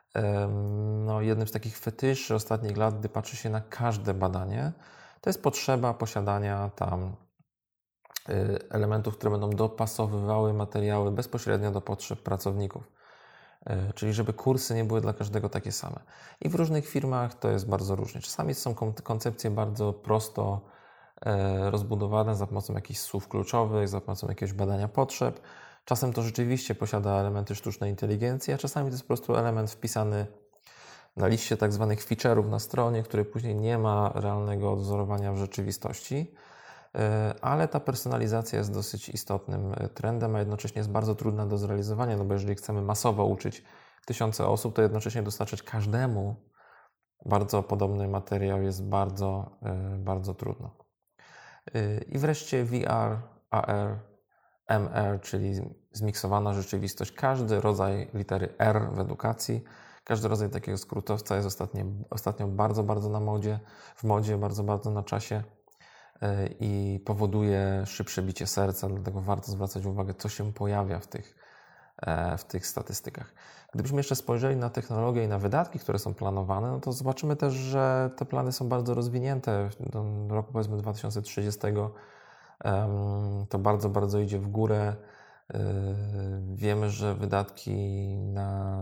no, jednym z takich fetyszy ostatnich lat, gdy patrzy się na każde badanie, to jest potrzeba posiadania tam elementów, które będą dopasowywały materiały bezpośrednio do potrzeb pracowników. Czyli żeby kursy nie były dla każdego takie same. I w różnych firmach to jest bardzo różnie. Czasami są koncepcje bardzo prosto rozbudowane za pomocą jakichś słów kluczowych, za pomocą jakiegoś badania potrzeb. Czasem to rzeczywiście posiada elementy sztucznej inteligencji, a czasami to jest po prostu element wpisany na liście tak zwanych feature'ów na stronie, który później nie ma realnego odwzorowania w rzeczywistości. Ale ta personalizacja jest dosyć istotnym trendem, a jednocześnie jest bardzo trudna do zrealizowania, no bo jeżeli chcemy masowo uczyć tysiące osób, to jednocześnie dostarczać każdemu bardzo podobny materiał jest bardzo, bardzo trudno. I wreszcie V R, A R, M R, czyli zmiksowana rzeczywistość. Każdy rodzaj litery R w edukacji, każdy rodzaj takiego skrótowca jest ostatnio, ostatnio bardzo, bardzo na modzie, w modzie, bardzo, bardzo na czasie i powoduje szybsze bicie serca, dlatego warto zwracać uwagę, co się pojawia w tych, w tych statystykach. Gdybyśmy jeszcze spojrzeli na technologię i na wydatki, które są planowane, no to zobaczymy też, że te plany są bardzo rozwinięte. Do roku powiedzmy dwa tysiące trzydziestego to bardzo, bardzo idzie w górę. Wiemy, że wydatki na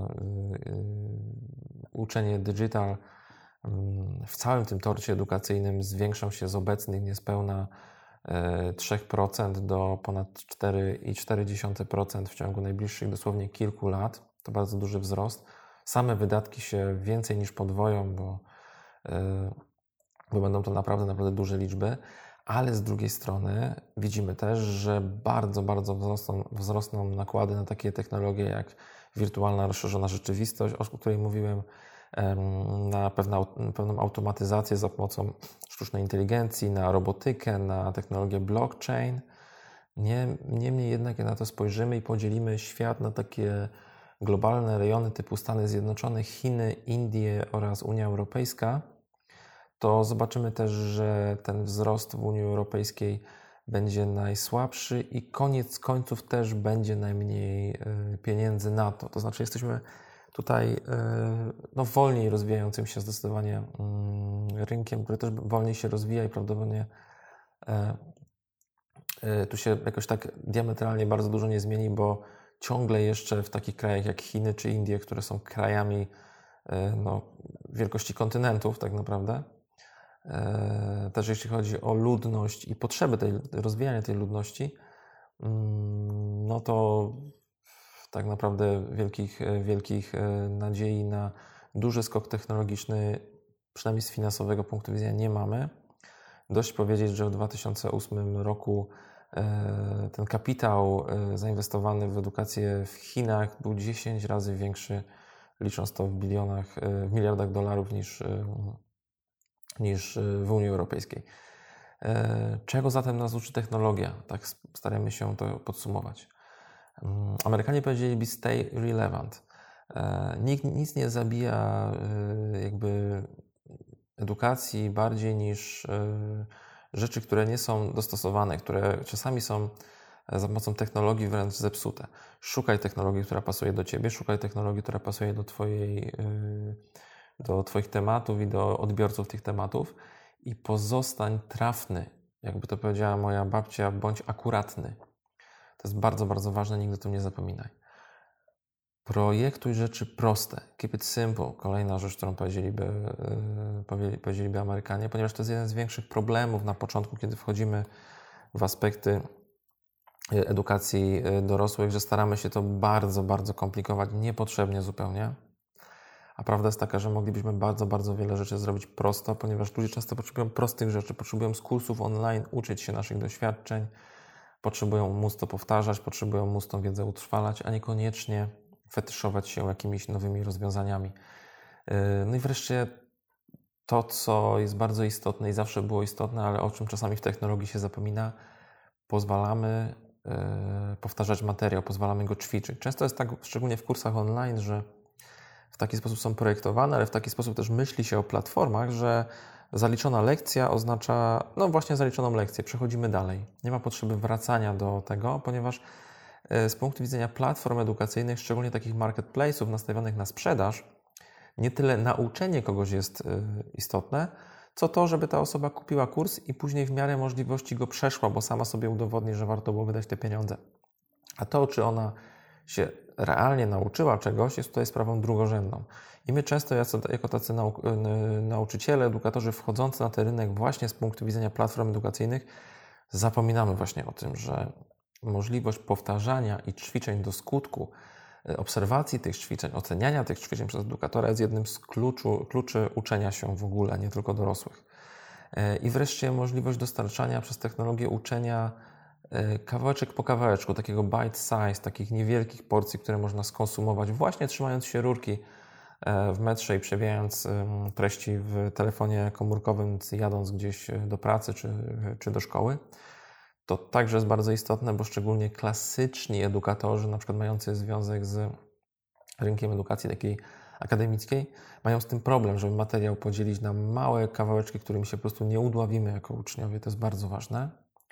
uczenie digital w całym tym torcie edukacyjnym zwiększą się z obecnych niespełna trzy procent do ponad cztery przecinek cztery procent w ciągu najbliższych dosłownie kilku lat. To bardzo duży wzrost. Same wydatki się więcej niż podwoją, bo, bo będą to naprawdę, naprawdę duże liczby, ale z drugiej strony widzimy też, że bardzo, bardzo wzrosną, wzrosną nakłady na takie technologie jak wirtualna, rozszerzona rzeczywistość, o której mówiłem, na pewną, pewną automatyzację za pomocą sztucznej inteligencji, na robotykę, na technologię blockchain. Nie, niemniej jednak, jak na to spojrzymy i podzielimy świat na takie globalne rejony typu Stany Zjednoczone, Chiny, Indie oraz Unia Europejska, to zobaczymy też, że ten wzrost w Unii Europejskiej będzie najsłabszy i koniec końców też będzie najmniej pieniędzy na to. To znaczy jesteśmy tutaj no, wolniej rozwijającym się zdecydowanie rynkiem, który też wolniej się rozwija i prawdopodobnie tu się jakoś tak diametralnie bardzo dużo nie zmieni, bo ciągle jeszcze w takich krajach jak Chiny czy Indie, które są krajami no, wielkości kontynentów tak naprawdę, też jeśli chodzi o ludność i potrzeby tej, rozwijania tej ludności, no to tak naprawdę wielkich, wielkich nadziei na duży skok technologiczny, przynajmniej z finansowego punktu widzenia, nie mamy. Dość powiedzieć, że w dwa tysiące ósmym roku ten kapitał zainwestowany w edukację w Chinach był dziesięć razy większy, licząc to w bilionach, w miliardach dolarów niż, niż w Unii Europejskiej. Czego zatem nas uczy technologia? Tak staramy się to podsumować. Amerykanie powiedzieliby stay relevant. Nikt nic nie zabija jakby edukacji bardziej niż rzeczy, które nie są dostosowane, które czasami są za pomocą technologii wręcz zepsute. Szukaj technologii, która pasuje do Ciebie, szukaj technologii, która pasuje do Twojej, do Twoich tematów i do odbiorców tych tematów i pozostań trafny. Jakby to powiedziała moja babcia, bądź akuratny. To jest bardzo, bardzo ważne, nigdy o tym nie zapominaj. Projektuj rzeczy proste. Keep it simple. Kolejna rzecz, którą powiedzieliby, powiedzieliby Amerykanie, ponieważ to jest jeden z większych problemów na początku, kiedy wchodzimy w aspekty edukacji dorosłych, że staramy się to bardzo, bardzo komplikować, niepotrzebnie zupełnie. A prawda jest taka, że moglibyśmy bardzo, bardzo wiele rzeczy zrobić prosto, ponieważ ludzie często potrzebują prostych rzeczy, potrzebują z kursów online uczyć się naszych doświadczeń, potrzebują móc to powtarzać, potrzebują móc tą wiedzę utrwalać, a niekoniecznie fetyszować się jakimiś nowymi rozwiązaniami. No i wreszcie to, co jest bardzo istotne i zawsze było istotne, ale o czym czasami w technologii się zapomina, pozwalamy powtarzać materiał, pozwalamy go ćwiczyć. Często jest tak, szczególnie w kursach online, że w taki sposób są projektowane, ale w taki sposób też myśli się o platformach, że zaliczona lekcja oznacza, no właśnie zaliczoną lekcję, przechodzimy dalej. Nie ma potrzeby wracania do tego, ponieważ z punktu widzenia platform edukacyjnych, szczególnie takich marketplace'ów nastawionych na sprzedaż, nie tyle nauczenie kogoś jest istotne, co to, żeby ta osoba kupiła kurs i później w miarę możliwości go przeszła, bo sama sobie udowodni, że warto było wydać te pieniądze. A to, czy ona się realnie nauczyła czegoś, jest tutaj sprawą drugorzędną. I my często jako tacy nau- nauczyciele, edukatorzy wchodzący na ten rynek właśnie z punktu widzenia platform edukacyjnych zapominamy właśnie o tym, że możliwość powtarzania i ćwiczeń do skutku, obserwacji tych ćwiczeń, oceniania tych ćwiczeń przez edukatora jest jednym z kluczu, kluczy uczenia się w ogóle, nie tylko dorosłych. I wreszcie możliwość dostarczania przez technologię uczenia kawałeczek po kawałeczku, takiego bite size, takich niewielkich porcji, które można skonsumować właśnie trzymając się rurki w metrze i przewijając treści w telefonie komórkowym, jadąc gdzieś do pracy czy, czy do szkoły. To także jest bardzo istotne, bo szczególnie klasyczni edukatorzy, na przykład mający związek z rynkiem edukacji takiej akademickiej, mają z tym problem, żeby materiał podzielić na małe kawałeczki, którymi się po prostu nie udławimy jako uczniowie. To jest bardzo ważne.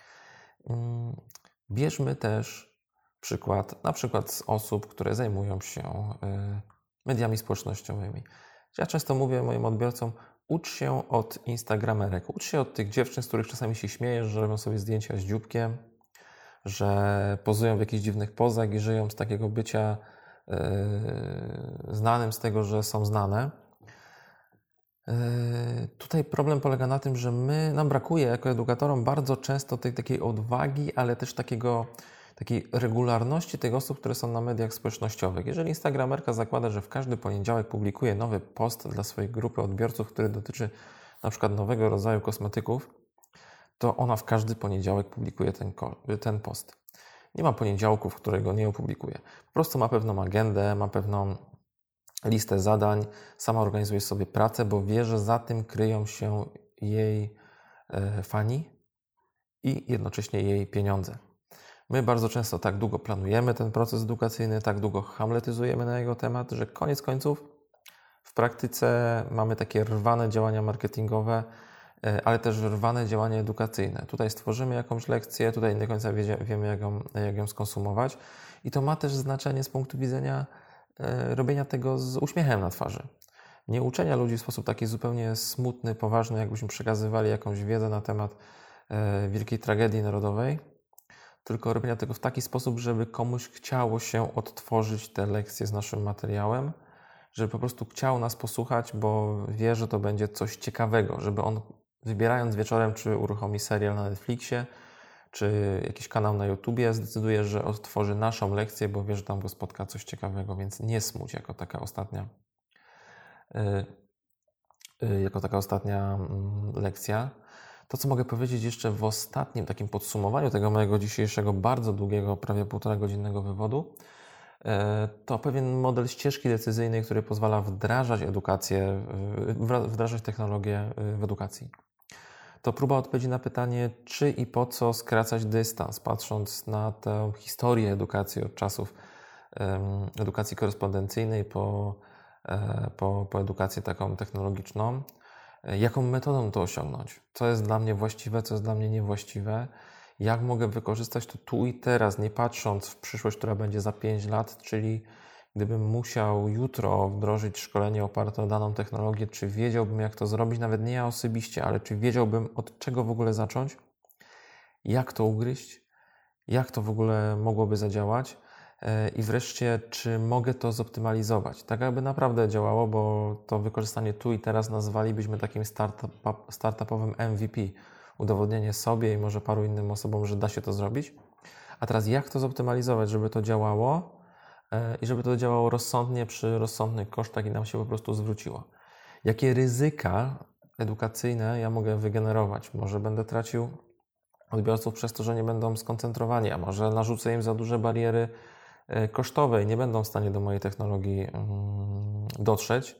Bierzmy też przykład, na przykład z osób, które zajmują się mediami społecznościowymi. Ja często mówię moim odbiorcom, ucz się od instagramerek, ucz się od tych dziewczyn, z których czasami się śmiejesz, że robią sobie zdjęcia z dzióbkiem, że pozują w jakichś dziwnych pozach i żyją z takiego bycia yy, znanym z tego, że są znane. Yy, tutaj problem polega na tym, że my, nam brakuje jako edukatorom bardzo często tej takiej odwagi, ale też takiego takiej regularności tych osób, które są na mediach społecznościowych. Jeżeli instagramerka zakłada, że w każdy poniedziałek publikuje nowy post dla swojej grupy odbiorców, który dotyczy na przykład nowego rodzaju kosmetyków, to ona w każdy poniedziałek publikuje ten, ten post. Nie ma poniedziałku, w którego nie opublikuje. Po prostu ma pewną agendę, ma pewną listę zadań, sama organizuje sobie pracę, bo wie, że za tym kryją się jej e, fani i jednocześnie jej pieniądze. My bardzo często tak długo planujemy ten proces edukacyjny, tak długo hamletyzujemy na jego temat, że koniec końców w praktyce mamy takie rwane działania marketingowe, ale też rwane działania edukacyjne. Tutaj stworzymy jakąś lekcję, tutaj nie do końca wiemy, jak ją, jak ją skonsumować i to ma też znaczenie z punktu widzenia robienia tego z uśmiechem na twarzy. Nie uczenia ludzi w sposób taki zupełnie smutny, poważny, jakbyśmy przekazywali jakąś wiedzę na temat wielkiej tragedii narodowej, tylko robienia tego w taki sposób, żeby komuś chciało się odtworzyć te lekcje z naszym materiałem, żeby po prostu chciał nas posłuchać, bo wie, że to będzie coś ciekawego, żeby on wybierając wieczorem, czy uruchomi serial na Netflixie, czy jakiś kanał na YouTubie, zdecyduje, że odtworzy naszą lekcję, bo wie, że tam go spotka coś ciekawego, więc nie smuć jako taka ostatnia, yy, jako taka ostatnia yy, lekcja. To, co mogę powiedzieć jeszcze w ostatnim takim podsumowaniu tego mojego dzisiejszego bardzo długiego, prawie półtora godzinnego wywodu, to pewien model ścieżki decyzyjnej, który pozwala wdrażać edukację, wdrażać technologię w edukacji. To próba odpowiedzi na pytanie, czy i po co skracać dystans, patrząc na tę historię edukacji od czasów edukacji korespondencyjnej po, po, po edukację taką technologiczną. Jaką metodą to osiągnąć? Co jest dla mnie właściwe, co jest dla mnie niewłaściwe? Jak mogę wykorzystać to tu i teraz, nie patrząc w przyszłość, która będzie za pięć lat, czyli gdybym musiał jutro wdrożyć szkolenie oparte o daną technologię, czy wiedziałbym, jak to zrobić, nawet nie ja osobiście, ale czy wiedziałbym, od czego w ogóle zacząć? Jak to ugryźć? Jak to w ogóle mogłoby zadziałać? I wreszcie, czy mogę to zoptymalizować, tak aby naprawdę działało, bo to wykorzystanie tu i teraz nazwalibyśmy takim startup, startupowym M V P. Udowodnienie sobie i może paru innym osobom, że da się to zrobić. A teraz jak to zoptymalizować, żeby to działało i żeby to działało rozsądnie przy rozsądnych kosztach i nam się po prostu zwróciło. Jakie ryzyka edukacyjne ja mogę wygenerować? Może będę tracił odbiorców przez to, że nie będą skoncentrowani, a może narzucę im za duże bariery kosztowe i nie będą w stanie do mojej technologii dotrzeć.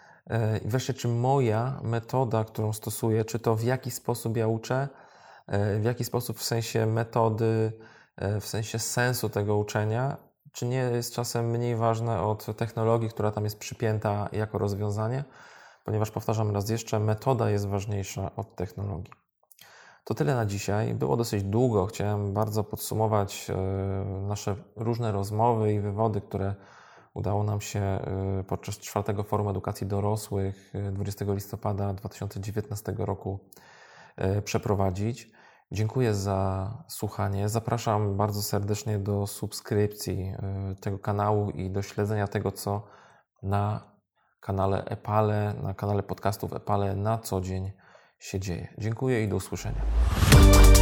I wreszcie, czy moja metoda, którą stosuję, czy to w jaki sposób ja uczę, w jaki sposób w sensie metody, w sensie sensu tego uczenia, czy nie jest czasem mniej ważne od technologii, która tam jest przypięta jako rozwiązanie, ponieważ powtarzam raz jeszcze, metoda jest ważniejsza od technologii. To tyle na dzisiaj. Było dosyć długo. Chciałem bardzo podsumować nasze różne rozmowy i wywody, które udało nam się podczas czwartego Forum Edukacji Dorosłych dwudziestego listopada dwa tysiące dziewiętnastego roku przeprowadzić. Dziękuję za słuchanie. Zapraszam bardzo serdecznie do subskrypcji tego kanału i do śledzenia tego, co na kanale Epale, na kanale podcastów Epale na co dzień się dzieje. Dziękuję i do usłyszenia.